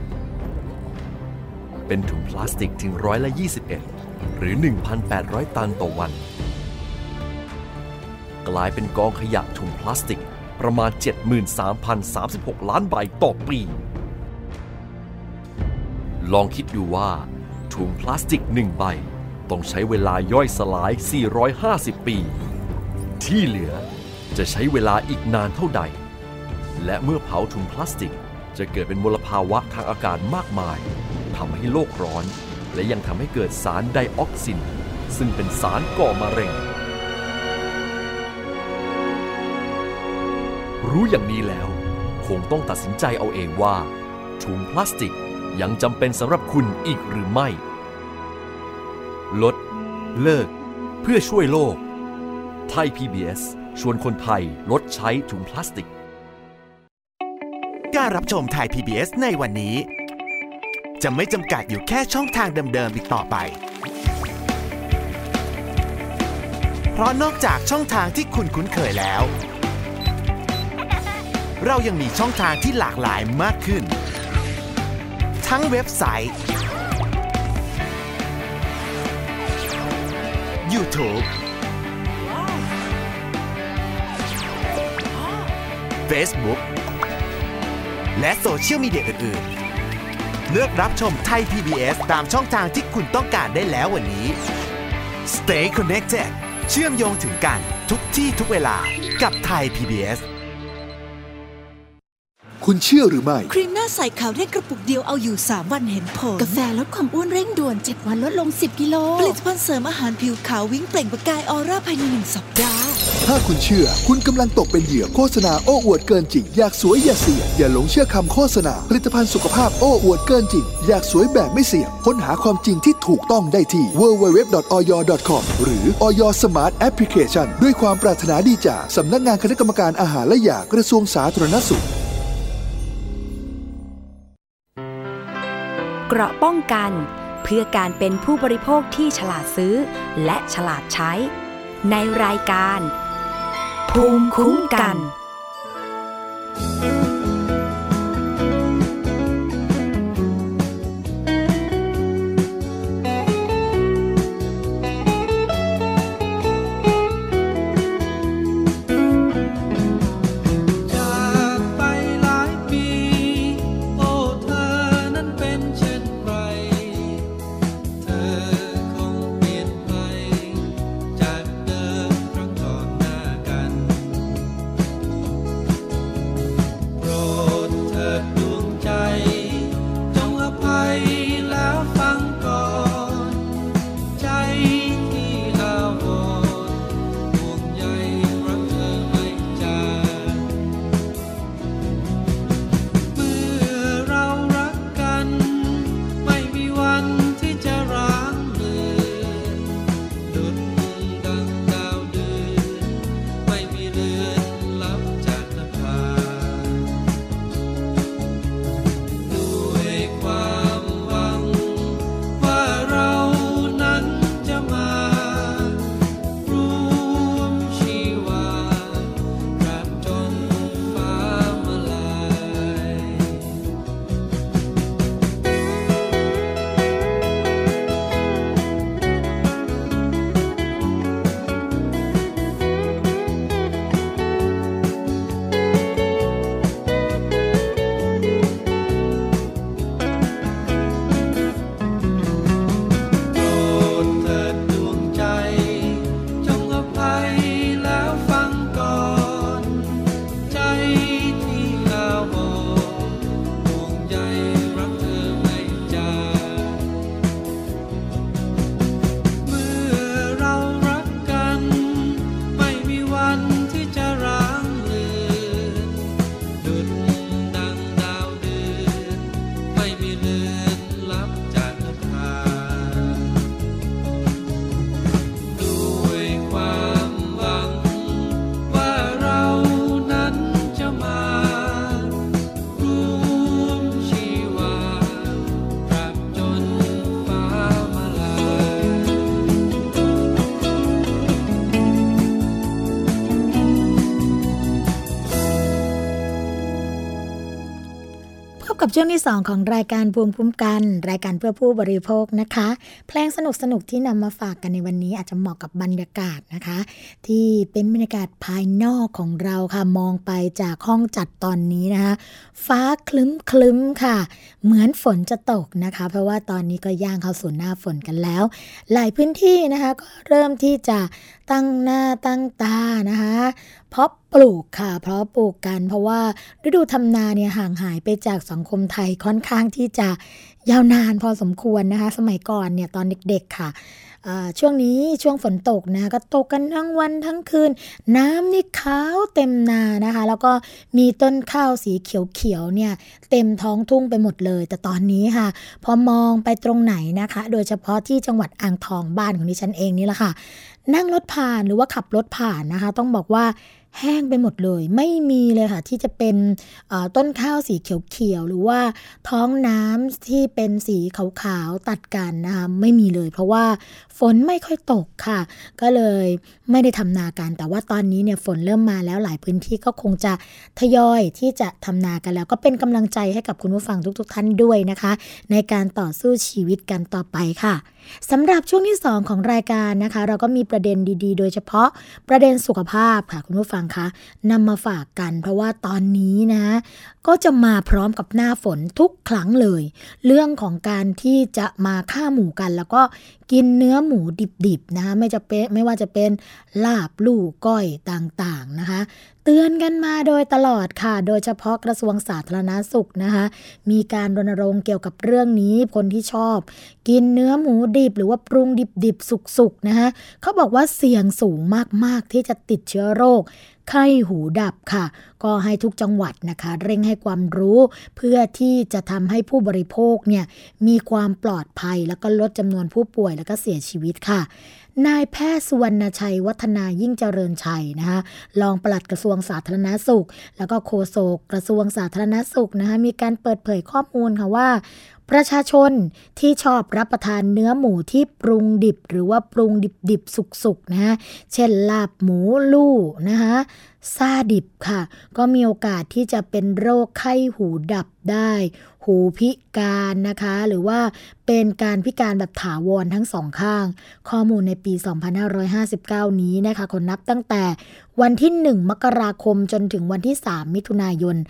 เป็นถุงพลาสติกถึง21%หรือ 1,800 ตันต่อวันกลายเป็นกองขยะถุงพลาสติกประมาณ 73,036 ล้านใบต่อปีลองคิดดูว่าถุงพลาสติก1ใบต้องใช้เวลาย่อยสลาย450ปีที่เหลือจะใช้เวลาอีกนานเท่าใดและเมื่อเผาถุงพลาสติกจะเกิดเป็นมลภาวะทางอากาศมากมายทำให้โลกร้อนและยังทำให้เกิดสารไดออกซินซึ่งเป็นสารก่อมะเร็งรู้อย่างนี้แล้วคงต้องตัดสินใจเอาเองว่าถุงพลาสติกยังจำเป็นสำหรับคุณอีกหรือไม่ลดเลิกเพื่อช่วยโลกไทย PBS ชวนคนไทยลดใช้ถุงพลาสติกการรับชมไทย PBS ในวันนี้จะไม่จำกัดอยู่แค่ช่องทางเดิมๆอีกต่อไปเพราะนอกจากช่องทางที่คุณคุ้นเคยแล้วเรายังมีช่องทางที่หลากหลายมากขึ้นทั้งเว็บไซต์ YouTube Facebook และโซเชียลมีเดียอื่นๆเลือกรับชมไทย PBS ตามช่องทางที่คุณต้องการได้แล้ววันนี้ Stay connected เชื่อมโยงถึงกันทุกที่ทุกเวลากับไทย PBS คุณเชื่อหรือไม่ครีมหน้าใสขาวเร่งกระปุกเดียวเอาอยู่3วันเห็นผลกาแฟลดความอ้วนเร่งด่วน7วันลดลง10กิโลผลิตภัณฑ์เสริมอาหารผิวขาววิ่งเปล่งประกายออร่าภายใน1สัปดาห์ถ้าคุณเชื่อคุณกำลังตกเป็นเหยื่อโฆษณาโอ้อวดเกินจริงอยากสวยอย่าเสี่ยงอย่าหลงเชื่อคำโฆษณาผลิตภัณฑ์สุขภาพโอ้อวดเกินจริงอยากสวยแบบไม่เสี่ยงค้นหาความจริงที่ถูกต้องได้ที่ www.oyo.com หรือ Oyo Smart Application ด้วยความปรารถนาดีจากสำนักงานคณะกรรมการอาหารและยากระทรวงสาธารณสุขเกราะป้องกันเพื่อการเป็นผู้บริโภคที่ฉลาดซื้อและฉลาดใช้ในรายการภูมิคุ้มกันบกับช่วงที่2ของรายการภูมิคุ้มกันรายการเพื่อผู้บริโภคนะคะเพลงสนุกๆที่นำมาฝากกันในวันนี้อาจจะเหมาะกับบรรยากาศนะคะที่เป็นบรรยากาศภายนอกของเราค่ะมองไปจากห้องจัดตอนนี้นะคะฟ้าคลึ้มๆค่ะเหมือนฝนจะตกนะคะเพราะว่าตอนนี้ก็ย่างเข้าสู่หน้าฝนกันแล้วหลายพื้นที่นะคะก็เริ่มที่จะตั้งหน้าตั้งตานะคะเพราะปลูกค่ะเพราะปลูกกันเพราะว่าฤดูทำนาเนี่ยห่างหายไปจากสังคมไทยค่อนข้างที่จะยาวนานพอสมควรนะคะสมัยก่อนเนี่ยตอนเด็กๆค่ะช่วงนี้ช่วงฝนตกนะก็ตกกันทั้งวันทั้งคืนน้ำนี่ขาวเต็มนานะคะแล้วก็มีต้นข้าวสีเขียวๆเนี่ยเต็มท้องทุ่งไปหมดเลยแต่ตอนนี้ค่ะพอมองไปตรงไหนนะคะโดยเฉพาะที่จังหวัดอ่างทองบ้านของดิฉันเองนี่แหละค่ะนั่งรถผ่านหรือว่าขับรถผ่านนะคะต้องบอกว่าแห้งไปหมดเลยไม่มีเลยค่ะที่จะเป็นต้นข้าวสีเขียวๆหรือว่าท้องน้ำที่เป็นสีขาวๆตัดกันนะคะไม่มีเลยเพราะว่าฝนไม่ค่อยตกค่ะก็เลยไม่ได้ทำนากันแต่ว่าตอนนี้เนี่ยฝนเริ่มมาแล้วหลายพื้นที่ก็คงจะทยอยที่จะทำนากันแล้วก็เป็นกำลังใจให้กับคุณผู้ฟังทุกๆท่านด้วยนะคะในการต่อสู้ชีวิตกันต่อไปค่ะสำหรับช่วงที่2ของรายการนะคะเราก็มีประเด็นดีๆโดยเฉพาะประเด็นสุขภาพค่ะคุณผู้ฟังคะนำมาฝากกันเพราะว่าตอนนี้นะก็จะมาพร้อมกับหน้าฝนทุกครั้งเลยเรื่องของการที่จะมาฆ่าหมูกันแล้วก็กินเนื้อหมูดิบๆนะคะไม่ว่าจะเป็นลาบลู่ก้อยต่างๆนะคะเตือนกันมาโดยตลอดค่ะโดยเฉพาะกระทรวงสาธารณสุขนะคะมีการรณรงค์เกี่ยวกับเรื่องนี้คนที่ชอบกินเนื้อหมูดิบหรือว่าปรุงดิบๆสุกๆนะคะเขาบอกว่าเสี่ยงสูงมากๆที่จะติดเชื้อโรคไข้หูดับค่ะก็ให้ทุกจังหวัดนะคะเร่งให้ความรู้เพื่อที่จะทำให้ผู้บริโภคเนี่ยมีความปลอดภัยแล้วก็ลดจำนวนผู้ป่วยแล้วก็เสียชีวิตค่ะนายแพทย์สุวรรณชัยวัฒนายิ่งเจริญชัยนะคะรองปลัดกระทรวงสาธารณสุขแล้วก็โฆษกกระทรวงสาธารณสุขนะคะมีการเปิดเผยข้อมูลค่ะว่าประชาชนที่ชอบรับประทานเนื้อหมูที่ปรุงดิบหรือว่าปรุงดิบๆสุกๆนะฮะเช่นลาบหมูลู่นะคะซาดิบค่ะก็มีโอกาสที่จะเป็นโรคไข้หูดับได้หูพิการนะคะหรือว่าเป็นการพิการแบบถาวรทั้งสองข้างข้อมูลในปี 2559 นี้นะคะคนนับตั้งแต่วันที่1 มกราคมจนถึงวันที่3 มิถุนายน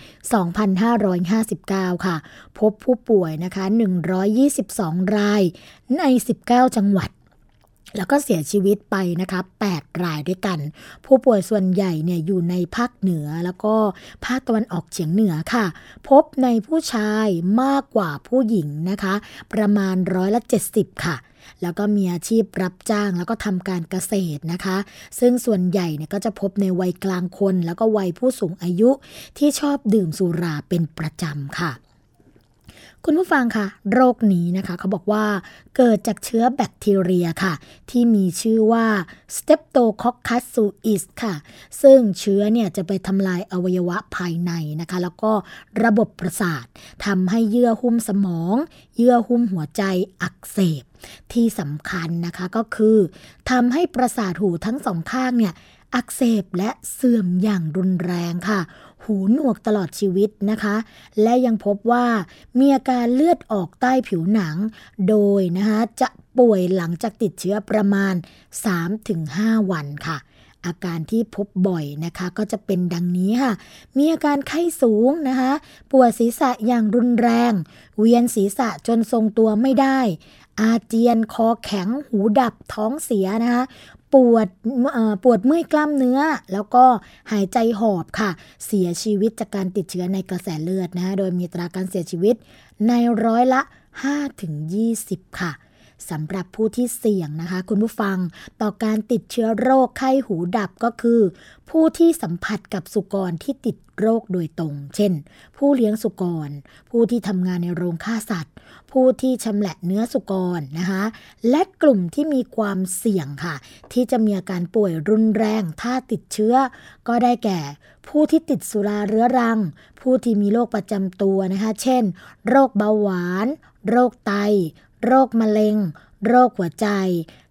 2559 ค่ะพบผู้ป่วยนะคะ122 รายใน19 จังหวัดแล้วก็เสียชีวิตไปนะคะ8 รายด้วยกันผู้ป่วยส่วนใหญ่เนี่ยอยู่ในภาคเหนือแล้วก็ภาคตะวันออกเฉียงเหนือค่ะพบในผู้ชายมากกว่าผู้หญิงนะคะประมาณ70%ค่ะแล้วก็มีอาชีพรับจ้างแล้วก็ทำการเกษตรนะคะซึ่งส่วนใหญ่เนี่ยก็จะพบในวัยกลางคนแล้วก็วัยผู้สูงอายุที่ชอบดื่มสุราเป็นประจำค่ะคุณผู้ฟังค่ะโรคนี้นะคะเขาบอกว่าเกิดจากเชื้อแบคทีเรียค่ะที่มีชื่อว่า Streptococcus suis ค่ะซึ่งเชื้อเนี่ยจะไปทำลายอวัยวะภายในนะคะแล้วก็ระบบประสาททำให้เยื่อหุ้มสมองเยื่อหุ้มหัวใจอักเสบที่สำคัญนะคะก็คือทำให้ประสาทหูทั้งสองข้างเนี่ยอักเสบและเสื่อมอย่างรุนแรงค่ะหูหนวกตลอดชีวิตนะคะและยังพบว่ามีอาการเลือดออกใต้ผิวหนังโดยนะคะจะป่วยหลังจากติดเชื้อประมาณ 3-5 วันค่ะอาการที่พบบ่อยนะคะก็จะเป็นดังนี้ค่ะมีอาการไข้สูงนะคะปวดศีรษะอย่างรุนแรงเวียนศีรษะจนทรงตัวไม่ได้อาเจียนคอแข็งหูดับท้องเสียนะคะปวดเมื่อยกล้ามเนื้อแล้วก็หายใจหอบค่ะเสียชีวิตจากการติดเชื้อในกระแสเลือดนะคะโดยมีอัตราการเสียชีวิตใน5-20%ค่ะสำหรับผู้ที่เสี่ยงนะคะคุณผู้ฟังต่อการติดเชื้อโรคไข้หูดับก็คือผู้ที่สัมผัสกับสุกรที่ติดโรคโดยตรงเช่นผู้เลี้ยงสุกรผู้ที่ทำงานในโรงฆ่าสัตว์ผู้ที่ชำแหละเนื้อสุกรนะคะและกลุ่มที่มีความเสี่ยงค่ะที่จะมีอาการป่วยรุนแรงถ้าติดเชื้อก็ได้แก่ผู้ที่ติดสุราเรื้อรังผู้ที่มีโรคประจำตัวนะคะเช่นโรคเบาหวานโรคไตโรคมะเร็งโรคหัวใจ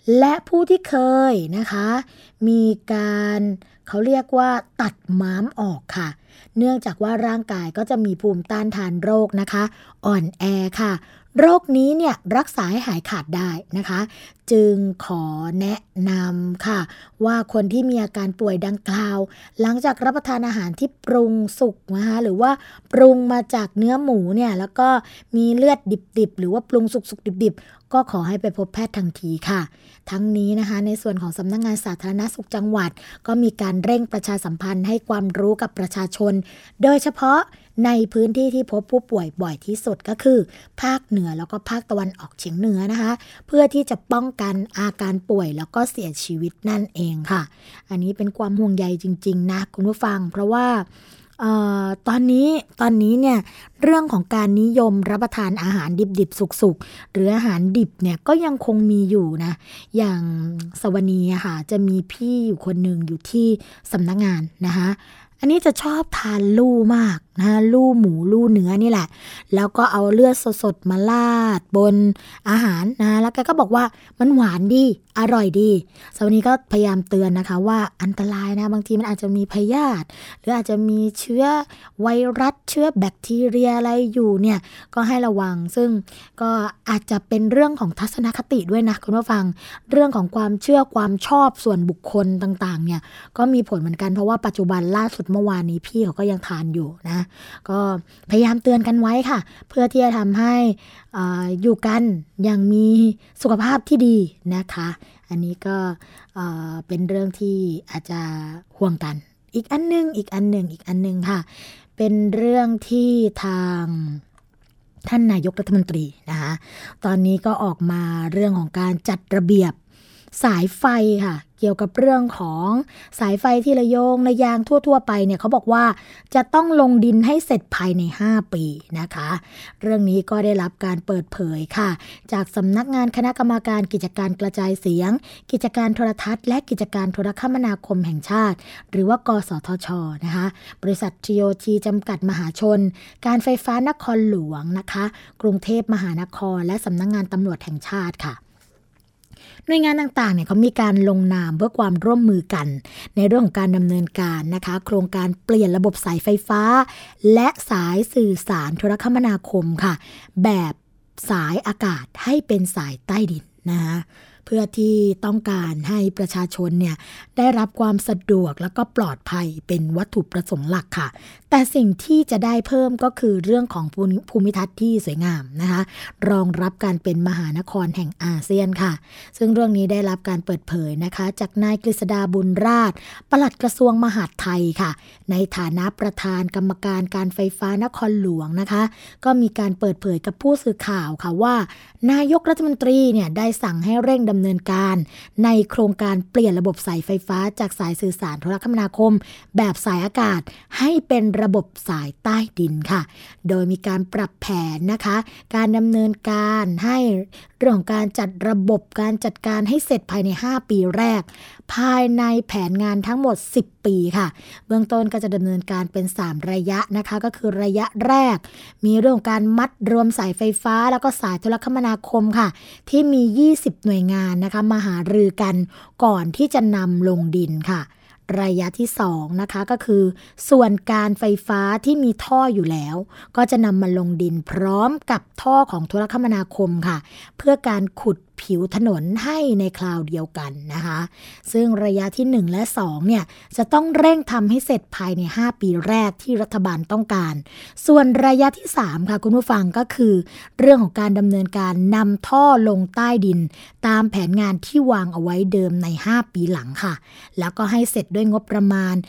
และผู้ที่เคยนะคะมีการเขาเรียกว่าตัดม้ามออกค่ะเนื่องจากว่าร่างกายก็จะมีภูมิต้านทานโรคนะคะอ่อนแอค่ะโรคนี้เนี่ยรักษาให้หายขาดได้นะคะจึงขอแนะนำค่ะว่าคนที่มีอาการป่วยดังกล่าวหลังจากรับประทานอาหารที่ปรุงสุกนะคะหรือว่าปรุงมาจากเนื้อหมูเนี่ยแล้วก็มีเลือดดิบๆหรือว่าปรุงสุกๆดิบๆก็ขอให้ไปพบแพทย์ทันทีค่ะทั้งนี้นะคะในส่วนของสำนักงานสาธารณสุขจังหวัดก็มีการเร่งประชาสัมพันธ์ให้ความรู้กับประชาชนโดยเฉพาะในพื้นที่ที่พบผู้ป่วยบ่อยที่สุดก็คือภาคเหนือแล้วก็ภาคตะวันออกเฉียงเหนือนะคะเพื่อที่จะป้องกันอาการป่วยแล้วก็เสียชีวิตนั่นเองค่ะอันนี้เป็นความห่วงใยจริงๆนะคุณผู้ฟังเพราะว่าตอนนี้เนี่ยเรื่องของการนิยมรับประทานอาหารดิบๆสุกๆหรืออาหารดิบเนี่ยก็ยังคงมีอยู่นะอย่างสวนีค่ะจะมีพี่อยู่คนหนึ่งอยู่ที่สำนักงานนะคะอันนี้จะชอบทานลู่มากนะลู่หมูลู่เนื้อนี่แหละแล้วก็เอาเลือดสดๆมาราดบนอาหารนะแล้วแกก็บอกว่ามันหวานดีอร่อยดีสวัสดีก็พยายามเตือนนะคะว่าอันตรายนะบางทีมันอาจจะมีพยาธิหรืออาจจะมีเชื้อไวรัสเชื้อแบคทีเรียอะไรอยู่เนี่ยก็ให้ระวังซึ่งก็อาจจะเป็นเรื่องของทัศนคติด้วยนะคุณผู้ฟังเรื่องของความเชื่อความชอบส่วนบุคคลต่างๆเนี่ยก็มีผลเหมือนกันเพราะว่าปัจจุบันล่าสุดเมื่อวานนี้พี่เขาก็ยังทานอยู่นะก็พยายามเตือนกันไว้ค่ะเพื่อที่จะทำให้อยู่กันอย่างมีสุขภาพที่ดีนะคะอันนี้ก็เป็นเรื่องที่อาจจะห่วงกันอีกอันนึงค่ะเป็นเรื่องที่ทางท่านนายกรัฐมนตรีนะคะตอนนี้ก็ออกมาเรื่องของการจัดระเบียบสายไฟค่ะเกี่ยวกับเรื่องของสายไฟที่ระโยงระยางทั่วไปเนี่ยเขาบอกว่าจะต้องลงดินให้เสร็จภายใน5ปีนะคะเรื่องนี้ก็ได้รับการเปิดเผยค่ะจากสำนักงานคณะกรรมการกิจการกระจายเสียงกิจการโทรทัศน์และกิจการโทรคมนาคมแห่งชาติหรือว่ากสทช.นะคะบริษัท TOT จำกัดมหาชนการไฟฟ้านครหลวงนะคะกรุงเทพมหานครและสำนักงานตำรวจแห่งชาติค่ะหน่วยงานต่างๆเนี่ยเขามีการลงนามเพื่อความร่วมมือกันในเรื่องของการดำเนินการนะคะโครงการเปลี่ยนระบบสายไฟฟ้าและสายสื่อสารโทรคมนาคมค่ะแบบสายอากาศให้เป็นสายใต้ดินนะคะเพื่อที่ต้องการให้ประชาชนเนี่ยได้รับความสะดวกแล้วก็ปลอดภัยเป็นวัตถุประสงค์หลักค่ะแต่สิ่งที่จะได้เพิ่มก็คือเรื่องของภูมิทัศน์ที่สวยงามนะคะรองรับการเป็นมหานครแห่งอาเซียนค่ะซึ่งเรื่องนี้ได้รับการเปิดเผยนะคะจากนายกฤษดาบุญราชปลัดกระทรวงมหาดไทยค่ะในฐานะประธานกรรมการการไฟฟ้านครหลวงนะคะก็มีการเปิดเผยกับผู้สื่อข่าวค่ะว่านายกรัฐมนตรีเนี่ยได้สั่งให้เร่งดำเนินการในโครงการเปลี่ยนระบบสายไฟฟ้าจากสายสื่อสารโทรคมนาคมแบบสายอากาศให้เป็นระบบสายใต้ดินค่ะโดยมีการปรับแผนนะคะการดำเนินการให้เรื่องของการจัดระบบการจัดการให้เสร็จภายใน5ปีแรกภายในแผนงานทั้งหมด10ปีค่ะเบื้องต้นก็จะดำเนินการเป็น3ระยะนะคะก็คือระยะแรกมีเรื่องการมัดรวมสายไฟฟ้าแล้วก็สายโทรคมนาคมค่ะที่มี20หน่วยงานนะคะมาหารือกันก่อนที่จะนำลงดินค่ะระยะที่2นะคะก็คือส่วนการไฟฟ้าที่มีท่ออยู่แล้วก็จะนำมาลงดินพร้อมกับท่อของโทรคมนาคมค่ะเพื่อการขุดผิวถนนให้ในคราวเดียวกันนะคะซึ่งระยะที่1และ2เนี่ยจะต้องเร่งทำให้เสร็จภายใน5ปีแรกที่รัฐบาลต้องการส่วนระยะที่3ค่ะคุณผู้ฟังก็คือเรื่องของการดำเนินการนำท่อลงใต้ดินตามแผนงานที่วางเอาไว้เดิมใน5ปีหลังค่ะแล้วก็ให้เสร็จด้วยงบประมาณ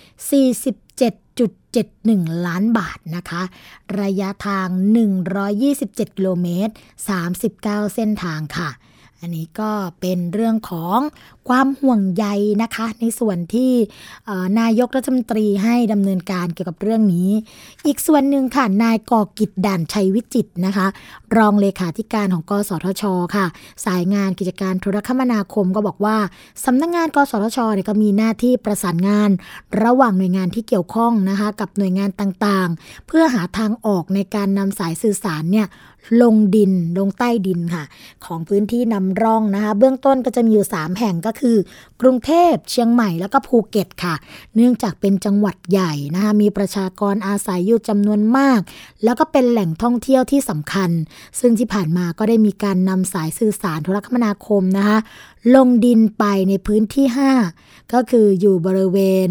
47.71 ล้านบาทนะคะระยะทาง127กิโลเมตร39เส้นทางค่ะอันนี้ก็เป็นเรื่องของความห่วงใยนะคะในส่วนที่นายกรัฐมนตรีให้ดำเนินการเกี่ยวกับเรื่องนี้อีกส่วนหนึ่งค่ะนายกกิจด่านชัยวิจิตรนะคะรองเลขาธิการของกสทชค่ะสายงานกิจการโทรคมนาคมก็บอกว่าสำนักงานกสทชเนี่ยก็มีหน้าที่ประสานงานระหว่างหน่วยงานที่เกี่ยวข้องนะคะกับหน่วยงานต่างๆเพื่อหาทางออกในการนำสายสื่อสารเนี่ยลงดินลงใต้ดินค่ะของพื้นที่นำร่องนะคะเบื้องต้นก็จะมีอยู่3แห่งก็คือกรุงเทพเชียงใหม่แล้วก็ภูเก็ตค่ะเนื่องจากเป็นจังหวัดใหญ่นะคะมีประชากรอาศัยอยู่จำนวนมากแล้วก็เป็นแหล่งท่องเที่ยวที่สำคัญซึ่งที่ผ่านมาก็ได้มีการนำสายสื่อสารโทรคมนาคมนะคะลงดินไปในพื้นที่5ก็คืออยู่บริเวณ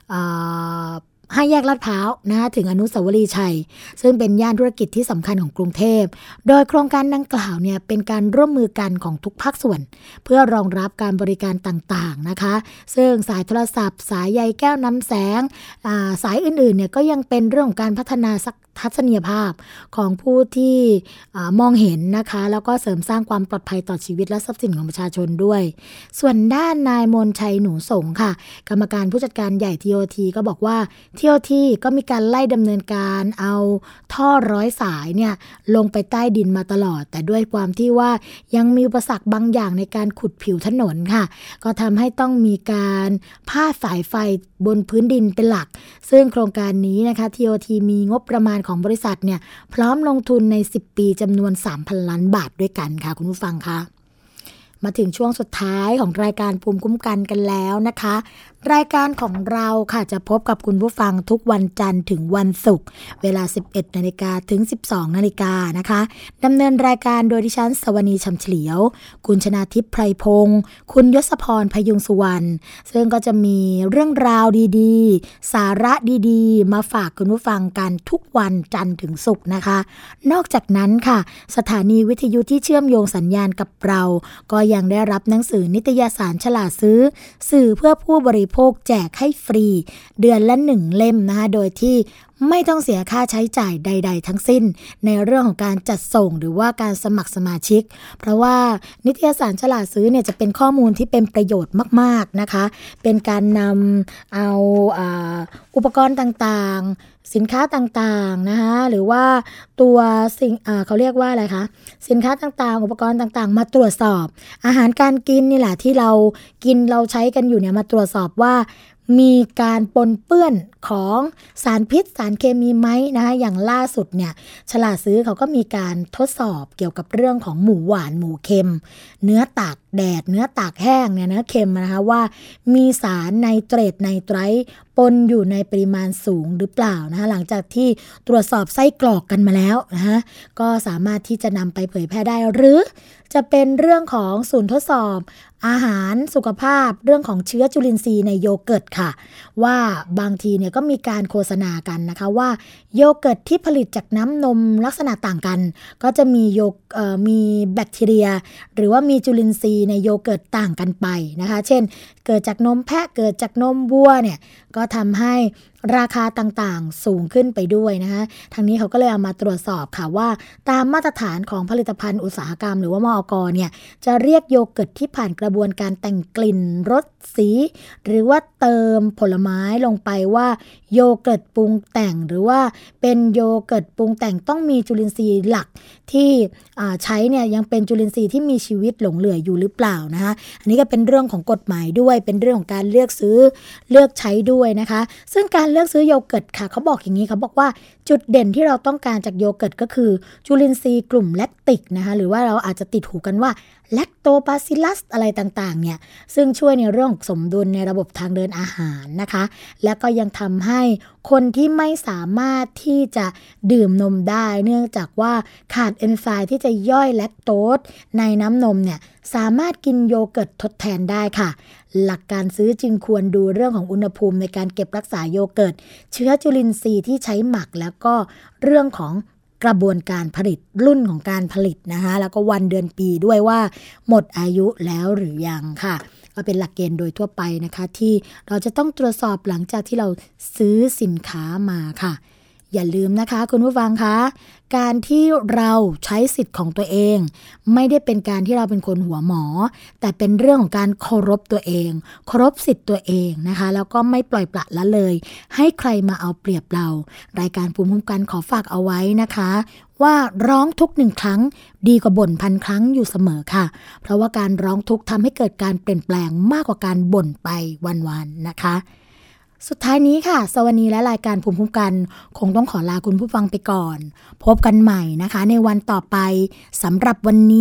5 แยกลาดพร้าวนะคะถึงอนุสาวรีย์ชัยซึ่งเป็นย่านธุรกิจที่สำคัญของกรุงเทพโดยโครงการดังกล่าวเนี่ยเป็นการร่วมมือกันของทุกภาคส่วนเพื่อรองรับการบริการต่างๆนะคะซึ่งสายโทรศัพท์สายใยแก้วนำแสงสายอื่นๆเนี่ยก็ยังเป็นเรื่องของการพัฒนาทัศนียภาพของผู้ที่มองเห็นนะคะแล้วก็เสริมสร้างความปลอดภัยต่อชีวิตและทรัพย์สินของประชาชนด้วยส่วนด้านนายมนชัยหนูสงค่ะกรรมการผู้จัดการใหญ่ TOT ก็บอกว่า TOT ก็มีการไล่ดำเนินการเอาท่อร้อยสายเนี่ยลงไปใต้ดินมาตลอดแต่ด้วยความที่ว่ายังมีอุปสรรคบางอย่างในการขุดผิวถนนค่ะก็ทำให้ต้องมีการพาดสายไฟบนพื้นดินเป็นหลักซึ่งโครงการนี้นะคะ TOT มีงบประมาณของบริษัทเนี่ยพร้อมลงทุนใน10ปีจำนวน 3,000 ล้านบาทด้วยกันค่ะคุณผู้ฟังคะมาถึงช่วงสุดท้ายของรายการภูมิคุ้มกันกันแล้วนะคะรายการของเราค่ะจะพบกับคุณผู้ฟังทุกวันจันทร์ถึงวันศุกร์เวลา 11 นาฬิกาถึง 12 นาฬิกานะคะดำเนินรายการโดยดิฉันสวนีชำเฉลียวคุณชนาทิพย์ไพรพงศ์คุณยศพรพยุงสุวรรณซึ่งก็จะมีเรื่องราวดีๆสาระดีๆมาฝากคุณผู้ฟังกันทุกวันจันทร์ถึงศุกร์นะคะนอกจากนั้นค่ะสถานีวิทยุที่เชื่อมโยงสัญญาณกับเราก็ยังได้รับหนังสือนิตยสารฉลาดซื้อสื่อเพื่อผู้บริโภคแจกให้ฟรีเดือนละ1เล่มนะคะโดยที่ไม่ต้องเสียค่าใช้จ่ายใดๆทั้งสิ้นในเรื่องของการจัดส่งหรือว่าการสมัครสมาชิกเพราะว่านิตยสารฉลาดซื้อเนี่ยจะเป็นข้อมูลที่เป็นประโยชน์มากๆนะคะเป็นการนำเอาอุปกรณ์ต่างๆสินค้าต่างๆนะคะหรือว่าตัวสิ่งเขาเรียกว่าอะไรคะสินค้าต่างๆอุปกรณ์ต่างๆมาตรวจสอบอาหารการกินนี่แหละที่เรากินเราใช้กันอยู่เนี่ยมาตรวจสอบว่ามีการปนเปื้อนของสารพิษสารเคมีไหมนะคะอย่างล่าสุดเนี่ยฉลาดซื้อเขาก็มีการทดสอบเกี่ยวกับเรื่องของหมูหวานหมูเค็มเนื้อตากแดดเนื้อตากแห้งเนี่ยเนื้อเค็มนะคะว่ามีสารไนเตรตไนไตรท์ปนอยู่ในปริมาณสูงหรือเปล่านะคะหลังจากที่ตรวจสอบไส้กรอกกันมาแล้วนะคะก็สามารถที่จะนำไปเผยแพร่ได้หรือจะเป็นเรื่องของศูนย์ทดสอบอาหารสุขภาพเรื่องของเชื้อจุลินทรีย์ในโยเกิร์ตค่ะว่าบางทีเนี่ยก็มีการโฆษณากันนะคะว่าโยเกิร์ตที่ผลิตจากน้ำนมลักษณะต่างกันก็จะมีมีแบคทีเรียหรือว่ามีจุลินทรีย์ในโยเกิร์ตต่างกันไปนะคะเช่นเกิดจากนมแพะเกิดจากนมวัวเนี่ยก็ทำให้ราคาต่างๆสูงขึ้นไปด้วยนะคะทางนี้เขาก็เลยเอามาตรวจสอบค่ะว่าตามมาตรฐานของผลิตภัณฑ์อุตสาหกรรมหรือว่ามอก.เนี่ยจะเรียกโยเกิร์ตที่ผ่านกระบวนการแต่งกลิ่นรสสีหรือว่าเติมผลไม้ลงไปว่าโยเกิร์ตปรุงแต่งหรือว่าเป็นโยเกิร์ตปรุงแต่งต้องมีจุลินทรีย์หลักที่ใช้เนี่ยยังเป็นจุลินทรีย์ที่มีชีวิตหลงเหลืออยู่หรือเปล่านะคะอันนี้ก็เป็นเรื่องของกฎหมายด้วยเป็นเรื่องของการเลือกซื้อเลือกใช้ด้วยนะคะซึ่งการเลือกซื้อโยเกิร์ตค่ะเขาบอกอย่างนี้เขาบอกว่าจุดเด่นที่เราต้องการจากโยเกิร์ตก็คือจุลินทรีย์กลุ่มแลคติกนะคะหรือว่าเราอาจจะติดหูกันว่าแลคโตบาซิลลัสอะไรต่างๆเนี่ยซึ่งช่วยในเรื่องสมดุลในระบบทางเดินอาหารนะคะและก็ยังทำให้คนที่ไม่สามารถที่จะดื่มนมได้เนื่องจากว่าขาดเอนไซม์ที่จะย่อยแลคโตสในน้ำนมเนี่ยสามารถกินโยเกิร์ตทดแทนได้ค่ะหลักการซื้อจึงควรดูเรื่องของอุณหภูมิในการเก็บรักษาโยเกิร์ตเชื้อจุลินทรีย์ที่ใช้หมักแล้วก็เรื่องของกระบวนการผลิตรุ่นของการผลิตนะคะแล้วก็วันเดือนปีด้วยว่าหมดอายุแล้วหรือยังค่ะก็เป็นหลักเกณฑ์โดยทั่วไปนะคะที่เราจะต้องตรวจสอบหลังจากที่เราซื้อสินค้ามาค่ะอย่าลืมนะคะคุณผู้ฟังคะการที่เราใช้สิทธิ์ของตัวเองไม่ได้เป็นการที่เราเป็นคนหัวหมอแต่เป็นเรื่องของการเคารพตัวเองเคารพสิทธิ์ตัวเองนะคะแล้วก็ไม่ปล่อยปละละเลยให้ใครมาเอาเปรียบเรารายการภูมิคุ้มกันขอฝากเอาไว้นะคะว่าร้องทุก1ครั้งดีกว่าบ่น1,000 ครั้งอยู่เสมอค่ะเพราะว่าการร้องทุกข์ทำให้เกิดการเปลี่ยนแปลงมากกว่าการบ่นไปวันๆนะคะสุดท้ายนี้ค่ะสวนีและรายการภูมิคุ้มกันคงต้องขอลาคุณผู้ฟังไปก่อนพบกันใหม่นะคะในวันต่อไปสำหรับวันนี้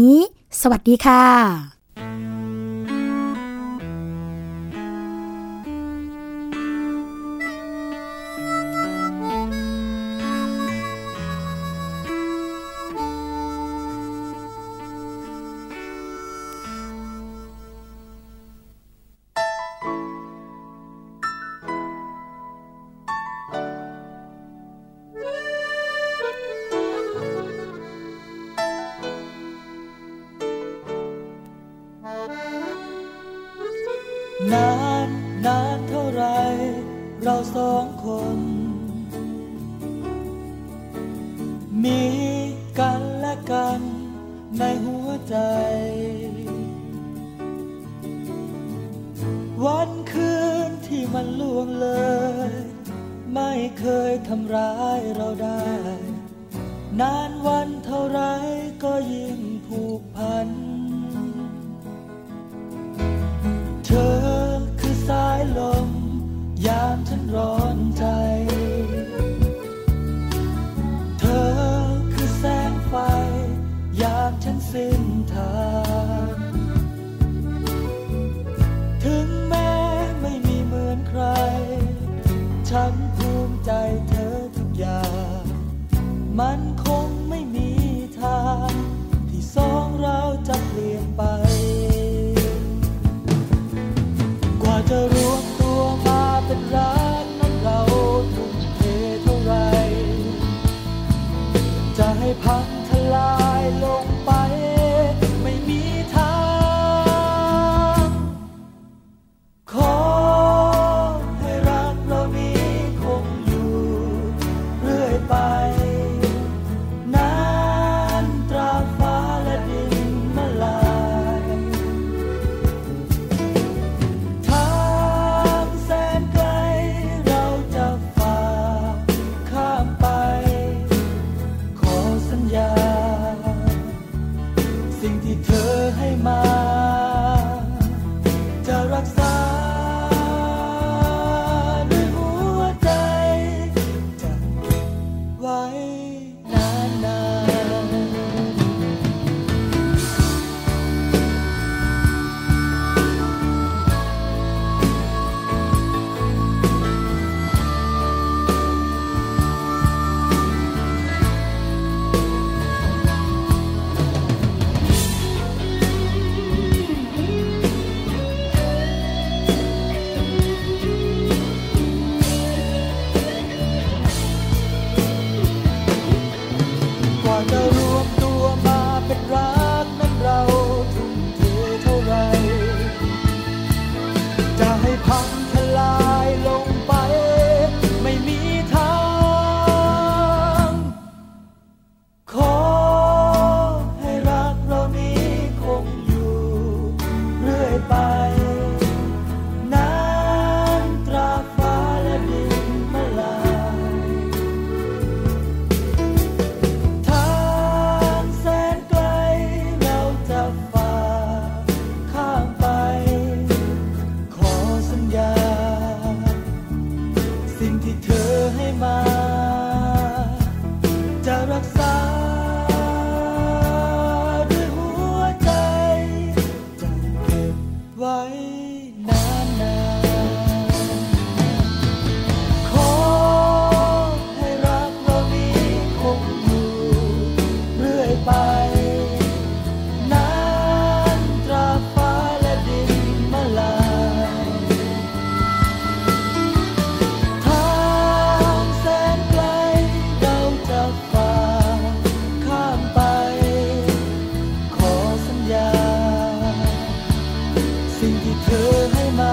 สวัสดีค่ะนานเท่าไรเราสองคนมีกันและกันในหัวใจวันคืนที่มันล่วงเลยไม่เคยทำร้ายเราได้นานวันเท่าไรก็ยิ่งผูกพันเธอคือสายลมยามฉันร้อนใจเธอคือแสงไฟยามฉันสิ้นทางถึงแม้ไม่มีเหมือนใครฉันภูมิใจเธอทุกอย่างมันคงไม่มีทางที่สองเราจะเปลี่ยนไปกว่าจะรวมตัวมาเป็นรักนั้นเราทุ่มเทเท่าไรจะให้พังทลายลงไปไม่มีทางขอให้รักเรานี้คงอยู่เรื่อยไปนานตราบฟ้าและดินมาลายทางแสนไกลเราจะฝ่าข้ามไปขอสัญญาสิ่งที่เธอให้มาจะรักษาด้วยหัวใจจะเก็บไว้นานๆกว่าจะรวมตัวมาเป็นรักนั้นเราทุ่มเทเท่าไรจะให้พังทลายลงไปไม่มีทางขอให้รักเรานี้คงอยู่เรื่อยไปนานตราบฟ้าและดินมาลายทางแสนไกลเราจะฝ่าข้ามไปขอสัญญาสิ่งที่เธอให้มาจะรักษาด้วยหัวใจจะเก็บไว้นานๆขอให้รักเรานี้คงอยู่เรื่อยไปนานตราบฟ้าและดินมาลายทางแสนไกลเราจะฝ่าข้ามไปขอสัญญาสิ่งที่เธอให้มา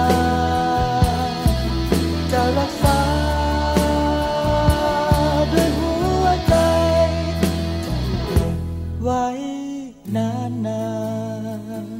จะรักษาด้วยหัวใจจะเก็บไว้นาน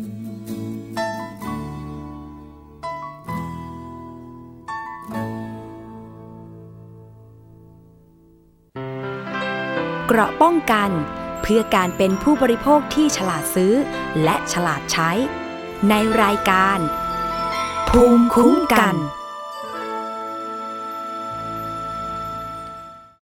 ๆเกราะป้องกันเพื่อการเป็นผู้บริโภคที่ฉลาดซื้อและฉลาดใช้ในรายการภูมิคุ้มกัน